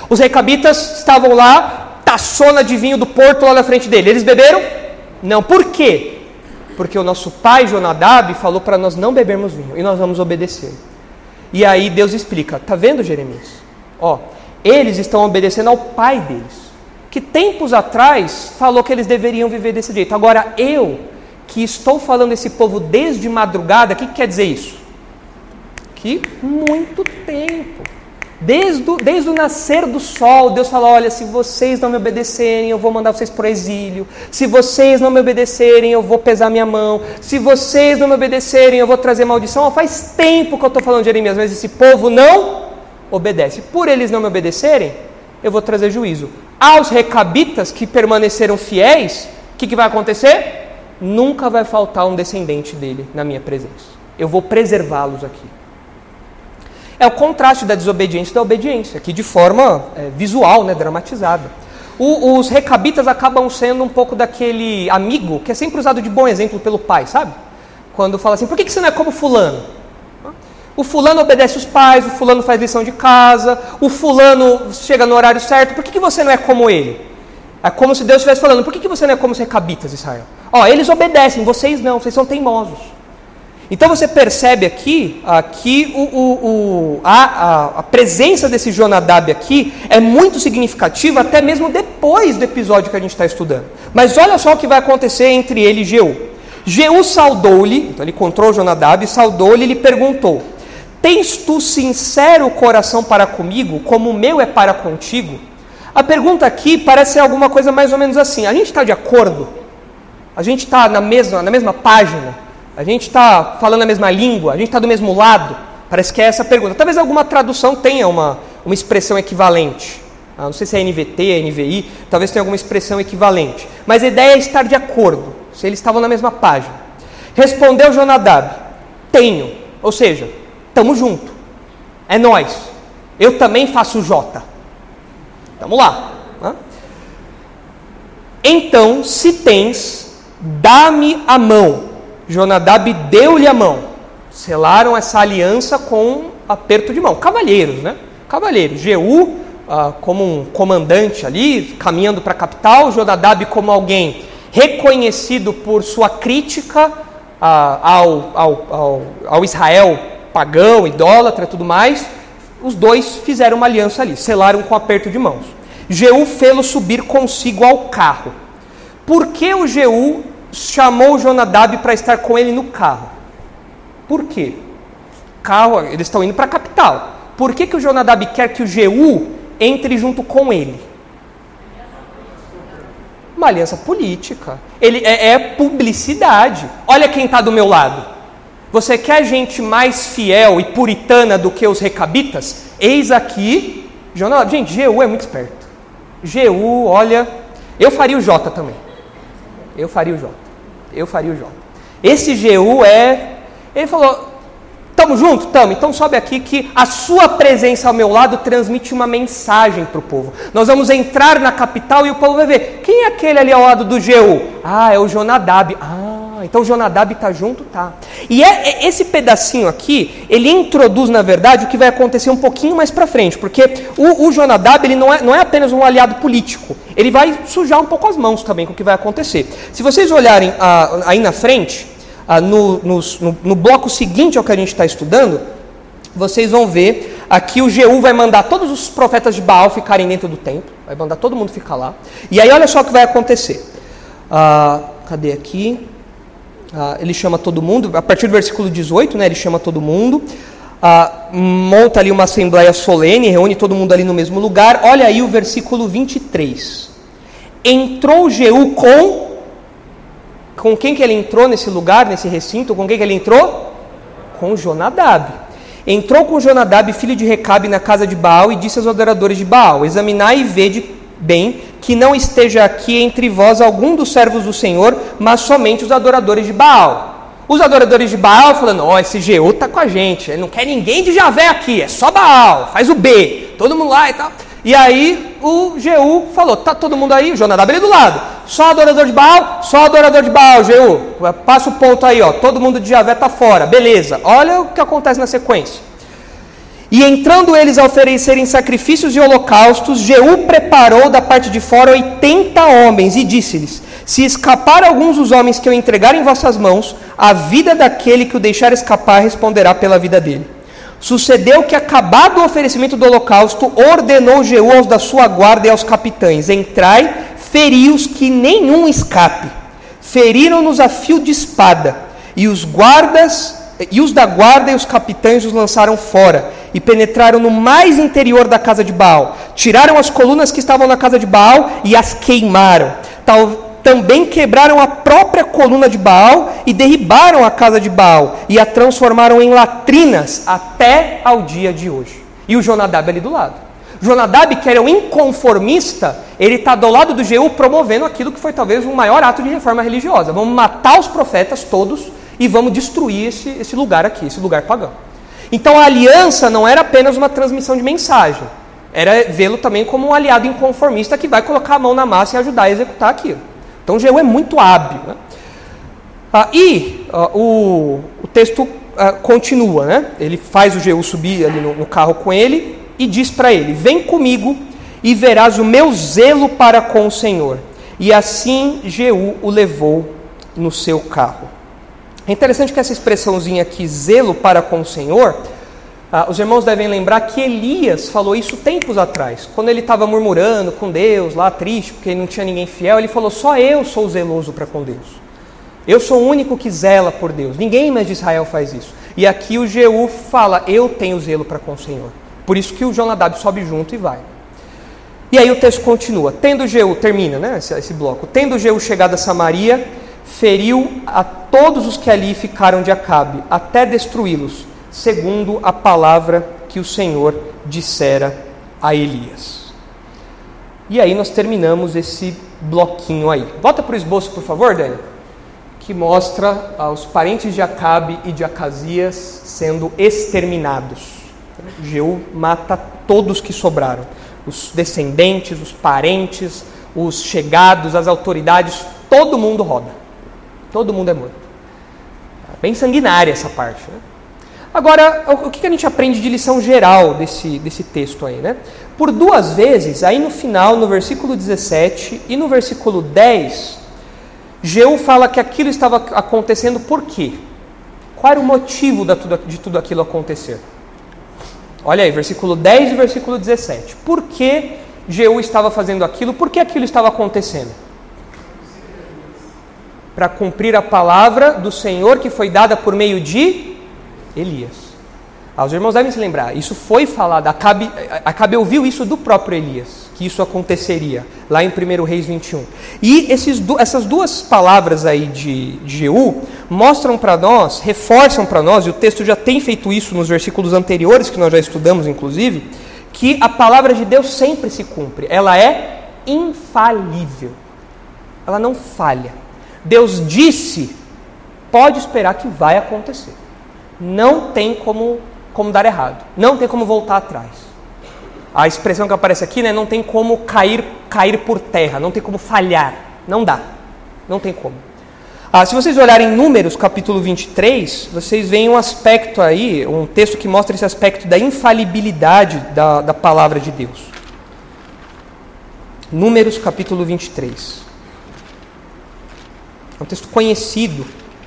Os recabitas estavam lá, taçona de vinho do porto lá na frente dele. Eles beberam? Não. Por quê? Porque o nosso pai Jonadab falou para nós não bebermos vinho e nós vamos obedecer. E aí Deus explica, tá vendo, Jeremias? Eles estão obedecendo ao pai deles, que tempos atrás falou que eles deveriam viver desse jeito. Agora eu, que estou falando esse povo desde madrugada, o que quer dizer isso? Que muito tempo, desde o nascer do sol, Deus fala, olha, se vocês não me obedecerem, eu vou mandar vocês para o exílio. Se vocês não me obedecerem, eu vou pesar minha mão. Se vocês não me obedecerem, eu vou trazer maldição. Faz tempo que eu estou falando de Jeremias, mas esse povo não obedece. Por eles não me obedecerem, eu vou trazer juízo. Aos recabitas que permaneceram fiéis, o que vai acontecer? Nunca vai faltar um descendente dele na minha presença. Eu vou preservá-los aqui. É o contraste da desobediência e da obediência, aqui de forma visual, dramatizada. Os recabitas acabam sendo um pouco daquele amigo que é sempre usado de bom exemplo pelo pai, sabe? Quando fala assim, por que você não é como fulano? O fulano obedece os pais, o fulano faz lição de casa, o fulano chega no horário certo, por que você não é como ele? É como se Deus estivesse falando, por que você não é como os recabitas, Israel? Eles obedecem, vocês não, vocês são teimosos. Então você percebe aqui que a presença desse Jonadab aqui é muito significativa, até mesmo depois do episódio que a gente está estudando. Mas olha só o que vai acontecer entre ele e Jeú. Jeú saudou-lhe, então ele encontrou Jonadab, saudou-lhe e lhe perguntou, tens tu sincero coração para comigo, como o meu é para contigo? A pergunta aqui parece ser alguma coisa mais ou menos assim, a gente está de acordo? A gente está na mesma página? A gente está falando a mesma língua? A gente está do mesmo lado? Parece que é essa a pergunta. Talvez alguma tradução tenha uma expressão equivalente. Não sei se é NVT, NVI, talvez tenha alguma expressão equivalente. Mas a ideia é estar de acordo, se eles estavam na mesma página. Respondeu Jonadab, tenho, ou seja, estamos juntos, é nós. Eu também faço J. Vamos lá. Então, se tens, dá-me a mão. Jonadab deu-lhe a mão. Selaram essa aliança com aperto de mão. Cavalheiros, Cavalheiros. Jeú, como um comandante ali, caminhando para a capital. Jonadab como alguém reconhecido por sua crítica ao Israel pagão, idólatra e tudo mais. Os dois fizeram uma aliança ali. Selaram com aperto de mãos. Jeú fê-lo subir consigo ao carro. Por que o Jeú chamou Jonadab para estar com ele no carro? Por quê? Eles estão indo para a capital. Por que o Jonadab quer que o Jeú entre junto com ele? Uma aliança política. Ele é publicidade. Olha quem está do meu lado. Você quer gente mais fiel e puritana do que os recabitas? Eis aqui Jonadab. Gente, Jeú é muito esperto. Jeú, olha, eu faria o J também. Eu faria o J. Esse Jeú ele falou, tamo junto? Tamo. Então sobe aqui que a sua presença ao meu lado transmite uma mensagem para o povo. Nós vamos entrar na capital e o povo vai ver. Quem é aquele ali ao lado do Jeú? É o Jonadab. Então o Jonadab está junto? Tá. E esse pedacinho aqui, ele introduz, na verdade, o que vai acontecer um pouquinho mais para frente, porque o Jonadab ele não é apenas um aliado político, ele vai sujar um pouco as mãos também com o que vai acontecer. Se vocês olharem aí na frente, no bloco seguinte ao que a gente está estudando, vocês vão ver aqui o Jeú vai mandar todos os profetas de Baal ficarem dentro do templo, vai mandar todo mundo ficar lá, e aí olha só o que vai acontecer. Cadê aqui? Ele chama todo mundo, a partir do versículo 18, ele chama todo mundo, monta ali uma assembleia solene, reúne todo mundo ali no mesmo lugar. Olha aí o versículo 23. Entrou Jeú com quem que ele entrou nesse lugar, nesse recinto? Com quem que ele entrou? Com Jonadab. Entrou com Jonadab, filho de Recabe, na casa de Baal, e disse aos adoradores de Baal, examinai e vede bem que não esteja aqui entre vós algum dos servos do Senhor, mas somente os adoradores de Baal. Os adoradores de Baal falando, esse Jeú está com a gente, ele não quer ninguém de Javé aqui, é só Baal, faz o B, todo mundo lá e tal. E aí o Jeú falou, tá todo mundo aí, o Jonadab ali do lado, só adorador de Baal, Jeú, passa o ponto aí, todo mundo de Javé está fora, beleza. Olha o que acontece na sequência. E entrando eles a oferecerem sacrifícios e holocaustos, Jeú preparou da parte de fora 80 homens e disse-lhes: se escapar alguns dos homens que eu entregar em vossas mãos, a vida daquele que o deixar escapar responderá pela vida dele. Sucedeu que, acabado o oferecimento do holocausto, ordenou Jeú aos da sua guarda e aos capitães: entrai, feri-os, que nenhum escape. Feriram-nos a fio de espada, e os da guarda e os capitães os lançaram fora, e penetraram no mais interior da casa de Baal. Tiraram as colunas que estavam na casa de Baal e as queimaram. Também quebraram a própria coluna de Baal e derribaram a casa de Baal e a transformaram em latrinas até ao dia de hoje. E o Jonadab ali do lado. Jonadab, que era um inconformista, ele está do lado do Jeú promovendo aquilo que foi talvez o maior ato de reforma religiosa. Vamos matar os profetas todos e vamos destruir esse lugar aqui, esse lugar pagão. Então a aliança não era apenas uma transmissão de mensagem, era vê-lo também como um aliado inconformista que vai colocar a mão na massa e ajudar a executar aquilo. Então Jeú é muito hábil, né? O texto continua, né? Ele faz o Jeú subir ali no carro com ele e diz para ele: vem comigo e verás o meu zelo para com o Senhor. E assim Jeú o levou no seu carro. É interessante que essa expressãozinha aqui, zelo para com o Senhor, os irmãos devem lembrar que Elias falou isso tempos atrás. Quando ele estava murmurando com Deus, lá triste, porque não tinha ninguém fiel, ele falou: só eu sou zeloso para com Deus. Eu sou o único que zela por Deus. Ninguém mais de Israel faz isso. E aqui o Jeú fala: eu tenho zelo para com o Senhor. Por isso que o Jonadab sobe junto e vai. E aí o texto continua. Tendo Jeú, termina, né, esse bloco. Tendo Jeú chegado a Samaria, feriu a todos os que ali ficaram de Acabe, até destruí-los, segundo a palavra que o Senhor dissera a Elias. E aí nós terminamos esse bloquinho aí. Volta para o esboço, por favor, Daniel, que mostra os parentes de Acabe e de Acasias sendo exterminados. Jeú mata todos que sobraram, os descendentes, os parentes, os chegados, as autoridades, todo mundo roda. Todo mundo é morto. Bem sanguinária essa parte, né? Agora, o que a gente aprende de lição geral desse texto aí, né? Por duas vezes, aí no final, no versículo 17 e no versículo 10, Jeú fala que aquilo estava acontecendo por quê? Qual era o motivo de tudo aquilo acontecer? Olha aí, versículo 10 e versículo 17. Por que Jeú estava fazendo aquilo? Por que aquilo estava acontecendo? Para cumprir a palavra do Senhor que foi dada por meio de Elias. Os irmãos devem se lembrar, isso foi falado, Acabe ouviu isso do próprio Elias, que isso aconteceria, lá em 1 Reis 21. E essas duas palavras aí de Jeú mostram para nós, reforçam para nós, e o texto já tem feito isso nos versículos anteriores, que nós já estudamos inclusive, que a palavra de Deus sempre se cumpre, ela é infalível, ela não falha. Deus disse, pode esperar que vai acontecer. Não tem como dar errado. Não tem como voltar atrás. A expressão que aparece aqui, né, não tem como cair por terra. Não tem como falhar. Não dá. Não tem como. Se vocês olharem Números, capítulo 23, vocês veem um aspecto aí, um texto que mostra esse aspecto da infalibilidade da palavra de Deus. Números, capítulo 23. É um texto conhecido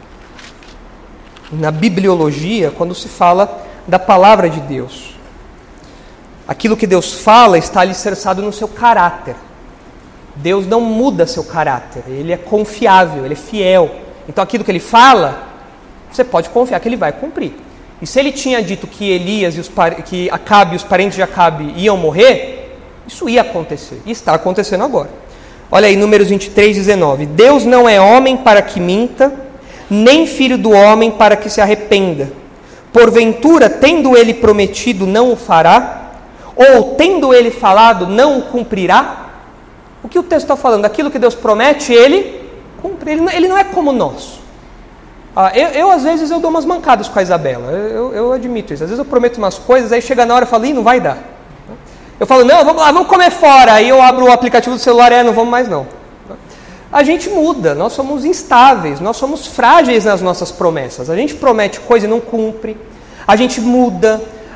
na bibliologia quando se fala da palavra de Deus. Aquilo que Deus fala está alicerçado no seu caráter. Deus não muda seu caráter, ele é confiável, ele é fiel. Então aquilo que ele fala, você pode confiar que ele vai cumprir. E se ele tinha dito que Elias que Acabe e os parentes de Acabe iam morrer, isso ia acontecer, e está acontecendo agora. Olha aí, Números 23, 19. Deus não é homem para que minta, nem filho do homem para que se arrependa. Porventura, tendo ele prometido, não o fará? Ou, tendo ele falado, não o cumprirá? O que o texto está falando? Aquilo que Deus promete, ele cumpre. Ele não é como nós. Às vezes, eu dou umas mancadas com a Isabela. Eu admito isso. Às vezes eu prometo umas coisas, aí chega na hora e falo, não vai dar. Eu falo, não, vamos lá, vamos comer fora. Aí eu abro o aplicativo do celular, não vamos mais não. A gente muda, nós somos instáveis, nós somos frágeis nas nossas promessas. A gente promete coisa e não cumpre. A gente muda,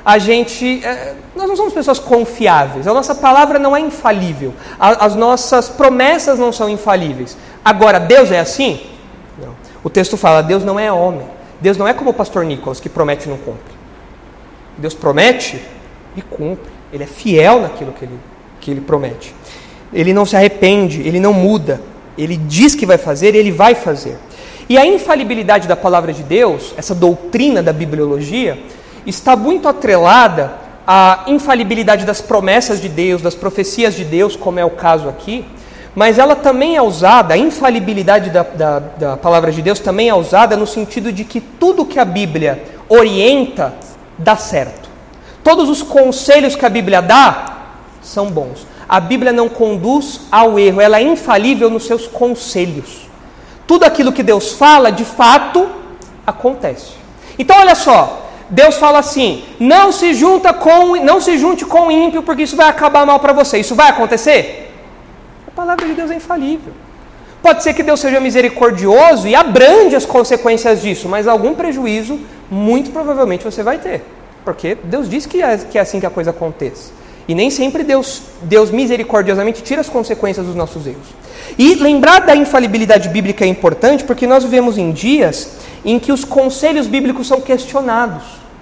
nós não somos pessoas confiáveis, a nossa palavra não é infalível, as nossas promessas não são infalíveis. Agora, Deus é assim? Não. O texto fala, Deus não é homem, Deus não é como o pastor Nicolas, que promete e não cumpre. Deus promete e cumpre, Ele é fiel naquilo que Ele promete. Ele não se arrepende, Ele não muda, Ele diz que vai fazer e Ele vai fazer. E a infalibilidade da palavra de Deus, essa doutrina da bibliologia, está muito atrelada à infalibilidade das promessas de Deus, das profecias de Deus, como é o caso aqui, mas ela também é usada, a infalibilidade da palavra de Deus também é usada no sentido de que tudo que a Bíblia orienta dá certo. Todos os conselhos que a Bíblia dá são bons. A Bíblia não conduz ao erro, ela é infalível nos seus conselhos. Tudo aquilo que Deus fala, de fato, acontece. Então, olha só, Deus fala assim, não se junte com o ímpio, porque isso vai acabar mal para você. Isso vai acontecer? A palavra de Deus é infalível. Pode ser que Deus seja misericordioso e abrande as consequências disso, mas algum prejuízo, muito provavelmente, você vai ter. Porque Deus diz que é assim que a coisa aconteça. E nem sempre Deus misericordiosamente tira as consequências dos nossos erros. E lembrar da infalibilidade bíblica é importante porque nós vivemos em dias em que os conselhos bíblicos são questionados.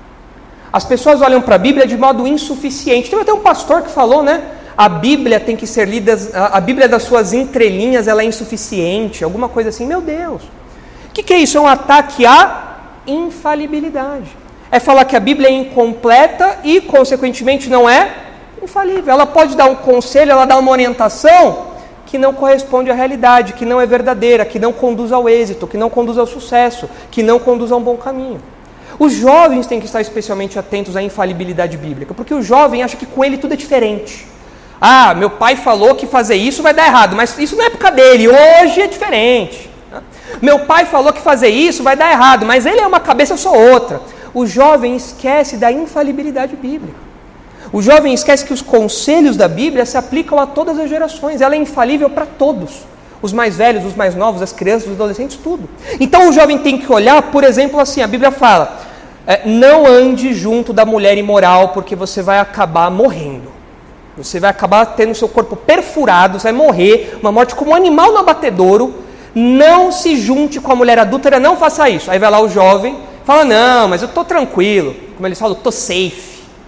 As pessoas olham para a Bíblia de modo insuficiente. Teve até um pastor que falou, né? A Bíblia tem que ser lida, a Bíblia das suas entrelinhas, ela é insuficiente. Alguma coisa assim, meu Deus. O que é isso? É um ataque à infalibilidade. É falar que a Bíblia é incompleta e, consequentemente, não é infalível. Ela pode dar um conselho, ela dá uma orientação que não corresponde à realidade, que não é verdadeira, que não conduz ao êxito, que não conduz ao sucesso, que não conduz a um bom caminho. Os jovens têm que estar especialmente atentos à infalibilidade bíblica, porque o jovem acha que com ele tudo é diferente. Ah, meu pai falou que fazer isso vai dar errado, mas isso na época dele, hoje é diferente. Meu pai falou que fazer isso vai dar errado, mas ele é uma cabeça, eu sou outra. O jovem esquece da infalibilidade bíblica. O jovem esquece que os conselhos da Bíblia se aplicam a todas as gerações. Ela é infalível para todos. Os mais velhos, os mais novos, as crianças, os adolescentes, tudo. Então o jovem tem que olhar, por exemplo, assim, a Bíblia fala, não ande junto da mulher imoral, porque você vai acabar morrendo. Você vai acabar tendo seu corpo perfurado, você vai morrer, uma morte como um animal no abatedouro. Não se junte com a mulher adúltera, não faça isso. Aí vai lá o jovem, fala, não, mas eu estou tranquilo. Como eles falam, estou safe.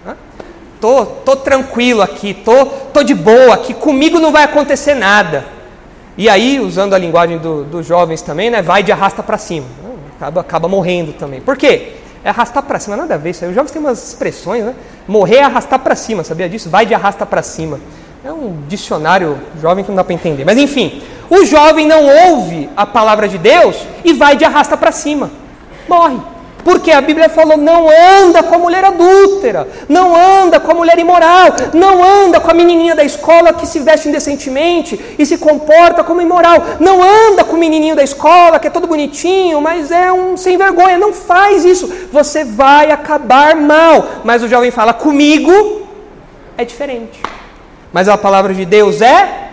Tô tranquilo aqui, tô de boa aqui, comigo não vai acontecer nada. E aí, usando a linguagem dos jovens também, né, vai de arrasta para cima. Acaba morrendo também. Por quê? É arrastar para cima, nada a ver isso aí. Os jovens têm umas expressões, né? Morrer é arrastar para cima, sabia disso? Vai de arrasta para cima. É um dicionário jovem que não dá para entender. Mas enfim, o jovem não ouve a palavra de Deus e vai de arrasta para cima. Morre. Porque a Bíblia falou, não anda com a mulher adúltera, não anda com a mulher imoral, não anda com a menininha da escola que se veste indecentemente e se comporta como imoral, não anda com o menininho da escola que é todo bonitinho, mas é um sem vergonha, não faz isso, você vai acabar mal. Mas o jovem fala, comigo é diferente. Mas a palavra de Deus é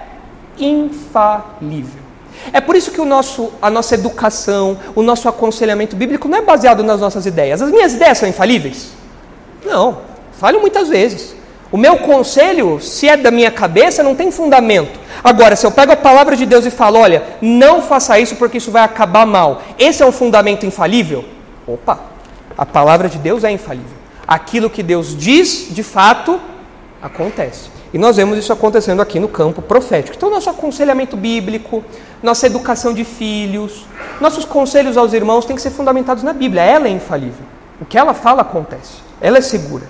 infalível. É por isso que a nossa educação, o nosso aconselhamento bíblico não é baseado nas nossas ideias. As minhas ideias são infalíveis? Não, falho muitas vezes. O meu conselho, se é da minha cabeça, não tem fundamento. Agora, se eu pego a palavra de Deus e falo, olha, não faça isso porque isso vai acabar mal. Esse é um fundamento infalível? Opa, a palavra de Deus é infalível. Aquilo que Deus diz, de fato, acontece. E nós vemos isso acontecendo aqui no campo profético. Então, nosso aconselhamento bíblico, nossa educação de filhos, nossos conselhos aos irmãos têm que ser fundamentados na Bíblia. Ela é infalível. O que ela fala acontece. Ela é segura.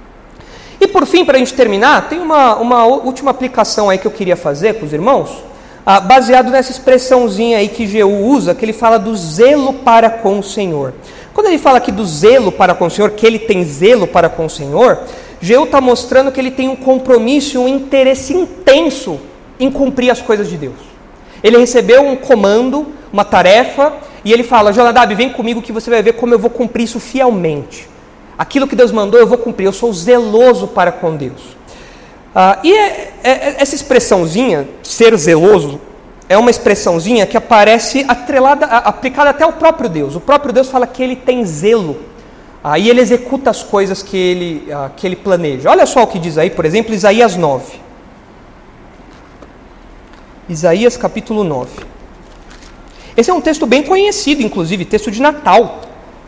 E por fim, para a gente terminar, tem uma última aplicação aí que eu queria fazer com os irmãos, baseado nessa expressãozinha aí que Jeú usa, que ele fala do zelo para com o Senhor. Quando ele fala aqui do zelo para com o Senhor, que ele tem zelo para com o Senhor, Jeú está mostrando que ele tem um compromisso, um interesse intenso em cumprir as coisas de Deus. Ele recebeu um comando, uma tarefa, e ele fala, Jonadab, vem comigo que você vai ver como eu vou cumprir isso fielmente. Aquilo que Deus mandou eu vou cumprir, eu sou zeloso para com Deus. Essa expressãozinha, ser zeloso, é uma expressãozinha que aparece atrelada, aplicada até ao próprio Deus. O próprio Deus fala que ele tem zelo Aí ele executa as coisas que ele planeja. Olha só o que diz aí, por exemplo, Isaías 9. Isaías capítulo 9. Esse é um texto bem conhecido, inclusive, texto de Natal.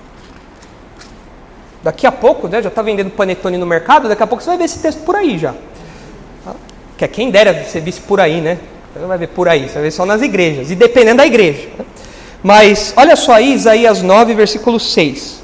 Daqui a pouco, né, já está vendendo panetone no mercado, daqui a pouco você vai ver esse texto por aí já. Que quem dera você visse por aí, né? Você não vai ver por aí, você vai ver só nas igrejas, e dependendo da igreja. Mas, olha só aí, Isaías 9, versículo 6.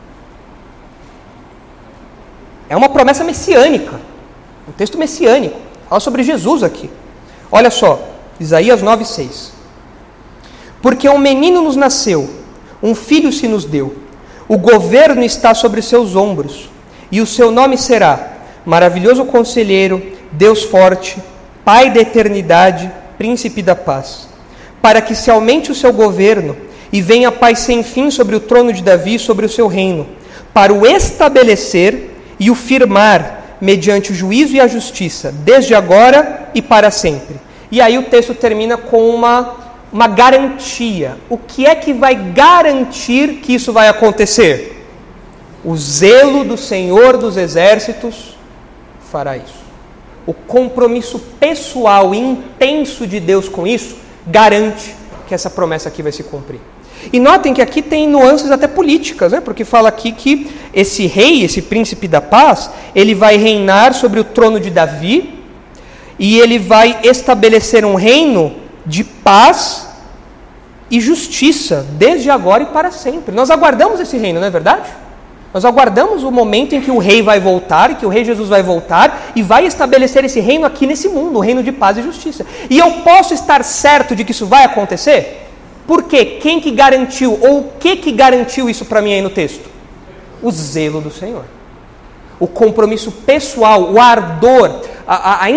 É uma promessa messiânica, um texto messiânico, fala sobre Jesus aqui. Olha só, Isaías 9, 6. Porque um menino nos nasceu, um filho se nos deu, o governo está sobre seus ombros, e o seu nome será Maravilhoso Conselheiro, Deus Forte, Pai da Eternidade, Príncipe da Paz. Para que se aumente o seu governo, e venha a paz sem fim sobre o trono de Davi e sobre o seu reino, para o estabelecer e o firmar, mediante o juízo e a justiça, desde agora e para sempre. E aí o texto termina com uma garantia. O que é que vai garantir que isso vai acontecer? O zelo do Senhor dos Exércitos fará isso. O compromisso pessoal e intenso de Deus com isso garante que essa promessa aqui vai se cumprir. E notem que aqui tem nuances até políticas, né? Porque fala aqui que esse rei, esse príncipe da paz, ele vai reinar sobre o trono de Davi e ele vai estabelecer um reino de paz e justiça, desde agora e para sempre. Nós aguardamos esse reino, não é verdade? Nós aguardamos o momento em que o rei vai voltar, que o rei Jesus vai voltar e vai estabelecer esse reino aqui nesse mundo, o reino de paz e justiça. E eu posso estar certo de que isso vai acontecer? Por quê? Quem que garantiu, ou o que garantiu isso para mim aí no texto? O zelo do Senhor. O compromisso pessoal, o ardor, a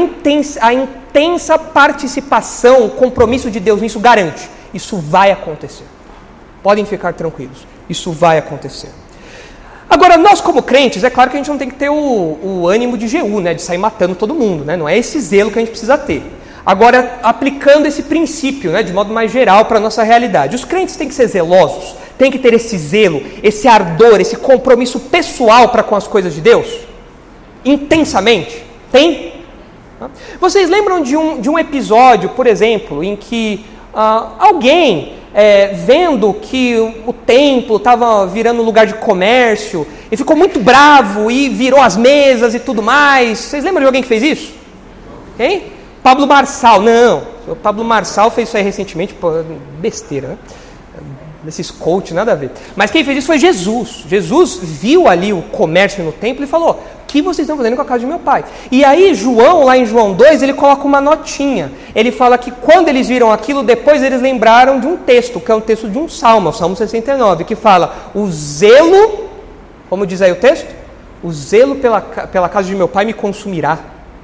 intensa participação, o compromisso de Deus nisso garante. Isso vai acontecer. Podem ficar tranquilos. Isso vai acontecer. Agora, nós como crentes, é claro que a gente não tem que ter o ânimo de Jeú, né? De sair matando todo mundo, né? Não é esse zelo que a gente precisa ter. Agora, aplicando esse princípio, né, de modo mais geral para a nossa realidade. Os crentes têm que ser zelosos, têm que ter esse zelo, esse ardor, esse compromisso pessoal para com as coisas de Deus? Intensamente? Tem? Vocês lembram de um episódio, por exemplo, em que alguém, vendo que o templo estava virando lugar de comércio, e ficou muito bravo e virou as mesas e tudo mais? Vocês lembram de alguém que fez isso? Hein? Pablo Marçal, não. O Pablo Marçal fez isso aí recentemente, besteira, né? Desses coach, nada a ver. Mas quem fez isso foi Jesus. Jesus viu ali o comércio no templo e falou: o que vocês estão fazendo com a casa de meu pai? E aí João, lá em João 2, ele coloca uma notinha. Ele fala que quando eles viram aquilo, depois eles lembraram de um texto, que é um texto de um salmo, o Salmo 69, que fala: o zelo, como diz aí o texto? O zelo pela casa de meu pai me consumirá.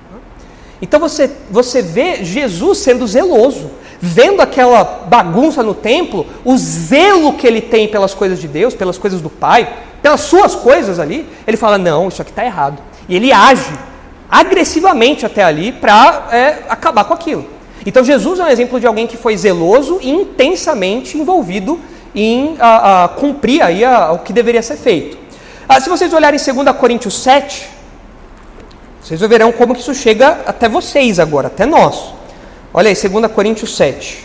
Então você vê Jesus sendo zeloso, vendo aquela bagunça no templo, o zelo que ele tem pelas coisas de Deus, pelas coisas do Pai, pelas suas coisas ali, ele fala: não, isso aqui está errado. E ele age agressivamente até ali para acabar com aquilo. Então Jesus é um exemplo de alguém que foi zeloso e intensamente envolvido em cumprir aí o que deveria ser feito. Se vocês olharem em 2 Coríntios 7, vocês verão como que isso chega até vocês agora, até nós. Olha aí, 2 Coríntios 7.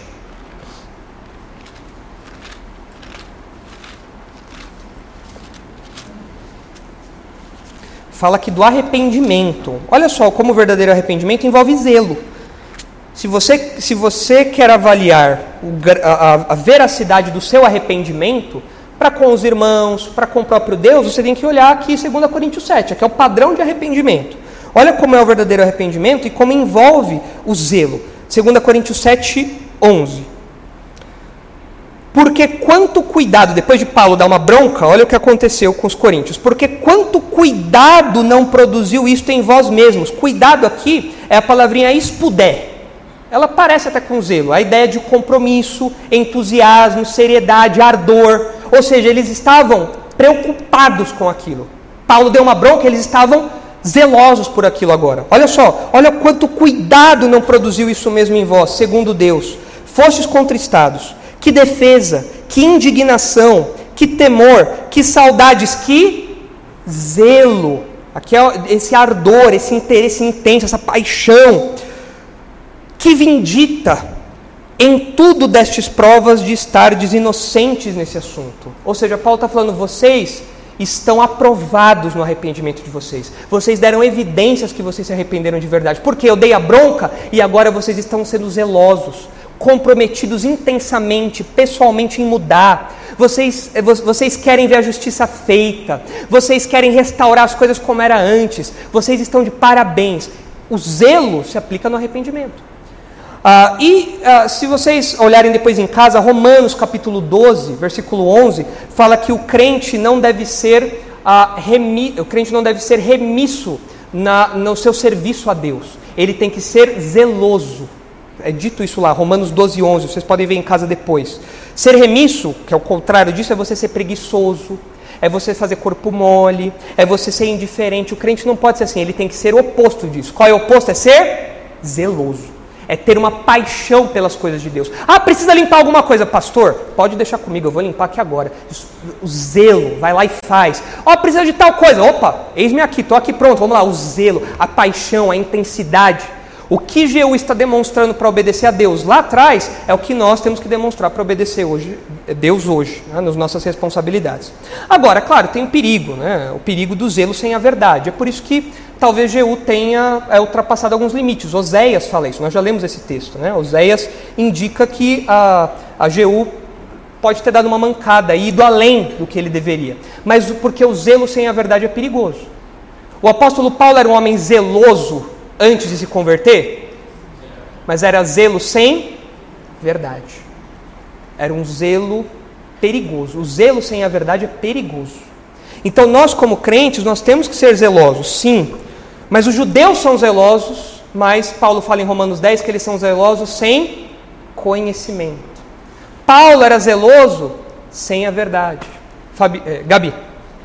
Fala aqui do arrependimento. Olha só como o verdadeiro arrependimento envolve zelo. Se você quer avaliar a veracidade do seu arrependimento, para com os irmãos, para com o próprio Deus, você tem que olhar aqui 2 Coríntios 7, que é o padrão de arrependimento. Olha como é o verdadeiro arrependimento e como envolve o zelo. 2 Coríntios 7, 11. Porque quanto cuidado, depois de Paulo dar uma bronca, olha o que aconteceu com os coríntios. Porque quanto cuidado não produziu isto em vós mesmos. Cuidado aqui é a palavrinha espudé. Ela parece até com zelo. A ideia de compromisso, entusiasmo, seriedade, ardor. Ou seja, eles estavam preocupados com aquilo. Paulo deu uma bronca, eles estavam zelosos por aquilo agora. Olha só, olha quanto cuidado não produziu isso mesmo em vós, segundo Deus. Fostes contristados. Que defesa, que indignação, que temor, que saudades, que zelo, aqui é esse ardor, esse interesse intenso, essa paixão, que vindita em tudo destes provas de estardes inocentes nesse assunto. Ou seja, Paulo está falando, vocês estão aprovados no arrependimento de vocês. Vocês deram evidências que vocês se arrependeram de verdade. Porque eu dei a bronca e agora vocês estão sendo zelosos, comprometidos intensamente, pessoalmente em mudar. Vocês querem ver a justiça feita. Vocês querem restaurar as coisas como era antes. Vocês estão de parabéns. O zelo se aplica no arrependimento. Se vocês olharem depois em casa, Romanos capítulo 12, versículo 11, fala que o crente não deve ser remisso no seu serviço a Deus. Ele tem que ser zeloso. É dito isso lá, Romanos 12, 11, vocês podem ver em casa depois. Ser remisso, que é o contrário disso, é você ser preguiçoso, é você fazer corpo mole, é você ser indiferente. O crente não pode ser assim, ele tem que ser o oposto disso. Qual é o oposto? É ser zeloso. É ter uma paixão pelas coisas de Deus. Precisa limpar alguma coisa, pastor? Pode deixar comigo, eu vou limpar aqui agora. O zelo, vai lá e faz. Precisa de tal coisa. Opa, eis-me aqui, estou aqui pronto, vamos lá. O zelo, a paixão, a intensidade. O que Jeú está demonstrando para obedecer a Deus lá atrás é o que nós temos que demonstrar para obedecer Deus hoje, né, nas nossas responsabilidades. Agora, claro, tem um perigo, né, o perigo do zelo sem a verdade. É por isso que talvez Jeú tenha ultrapassado alguns limites. Oséias fala isso, nós já lemos esse texto. Né? Oséias indica que a Jeú pode ter dado uma mancada e ido além do que ele deveria. Mas porque o zelo sem a verdade é perigoso. O apóstolo Paulo era um homem zeloso antes de se converter, mas era zelo sem verdade. Era um zelo perigoso. O zelo sem a verdade é perigoso. Então nós como crentes, nós temos que ser zelosos, sim. Mas os judeus são zelosos, mas Paulo fala em Romanos 10 que eles são zelosos sem conhecimento. Paulo era zeloso sem a verdade. Gabi.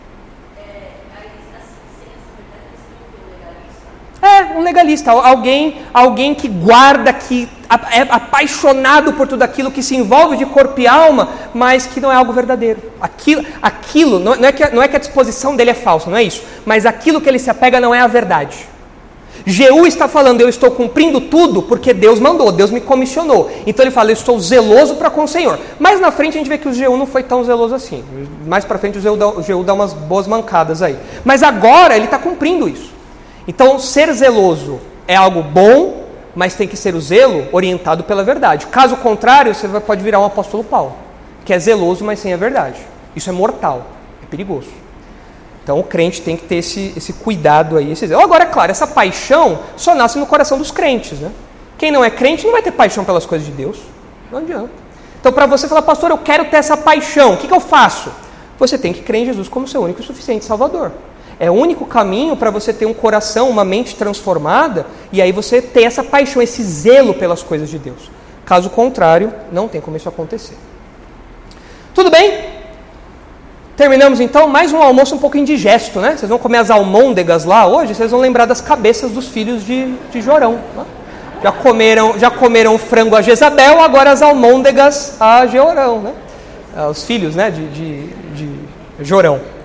Um legalista, alguém que guarda, que é apaixonado por tudo aquilo, que se envolve de corpo e alma, mas que não é algo verdadeiro. Aquilo não é que a disposição dele é falsa, não é isso, mas aquilo que ele se apega não é a verdade. Jeú está falando, eu estou cumprindo tudo porque Deus mandou, Deus me comissionou. Então ele fala, eu estou zeloso para com o Senhor. Mas na frente a gente vê que o Jeú não foi tão zeloso assim. Mais para frente o Jeú dá umas boas mancadas aí. Mas agora ele está cumprindo isso. Então, ser zeloso é algo bom, mas tem que ser o zelo orientado pela verdade. Caso contrário, você pode virar um apóstolo Paulo, que é zeloso, mas sem a verdade. Isso é mortal, é perigoso. Então, o crente tem que ter esse cuidado aí. Agora, é claro, essa paixão só nasce no coração dos crentes. Né? Quem não é crente não vai ter paixão pelas coisas de Deus. Não adianta. Então, para você falar, pastor, eu quero ter essa paixão, o que eu faço? Você tem que crer em Jesus como seu único e suficiente Salvador. É o único caminho para você ter um coração, uma mente transformada, e aí você ter essa paixão, esse zelo pelas coisas de Deus. Caso contrário, não tem como isso acontecer. Tudo bem? Terminamos então mais um almoço um pouco indigesto, né? Vocês vão comer as almôndegas lá hoje, vocês vão lembrar das cabeças dos filhos de Jorão. Né? Já comeram o frango a Jezabel, agora as almôndegas a Jorão, né? Os filhos, né, de Jorão.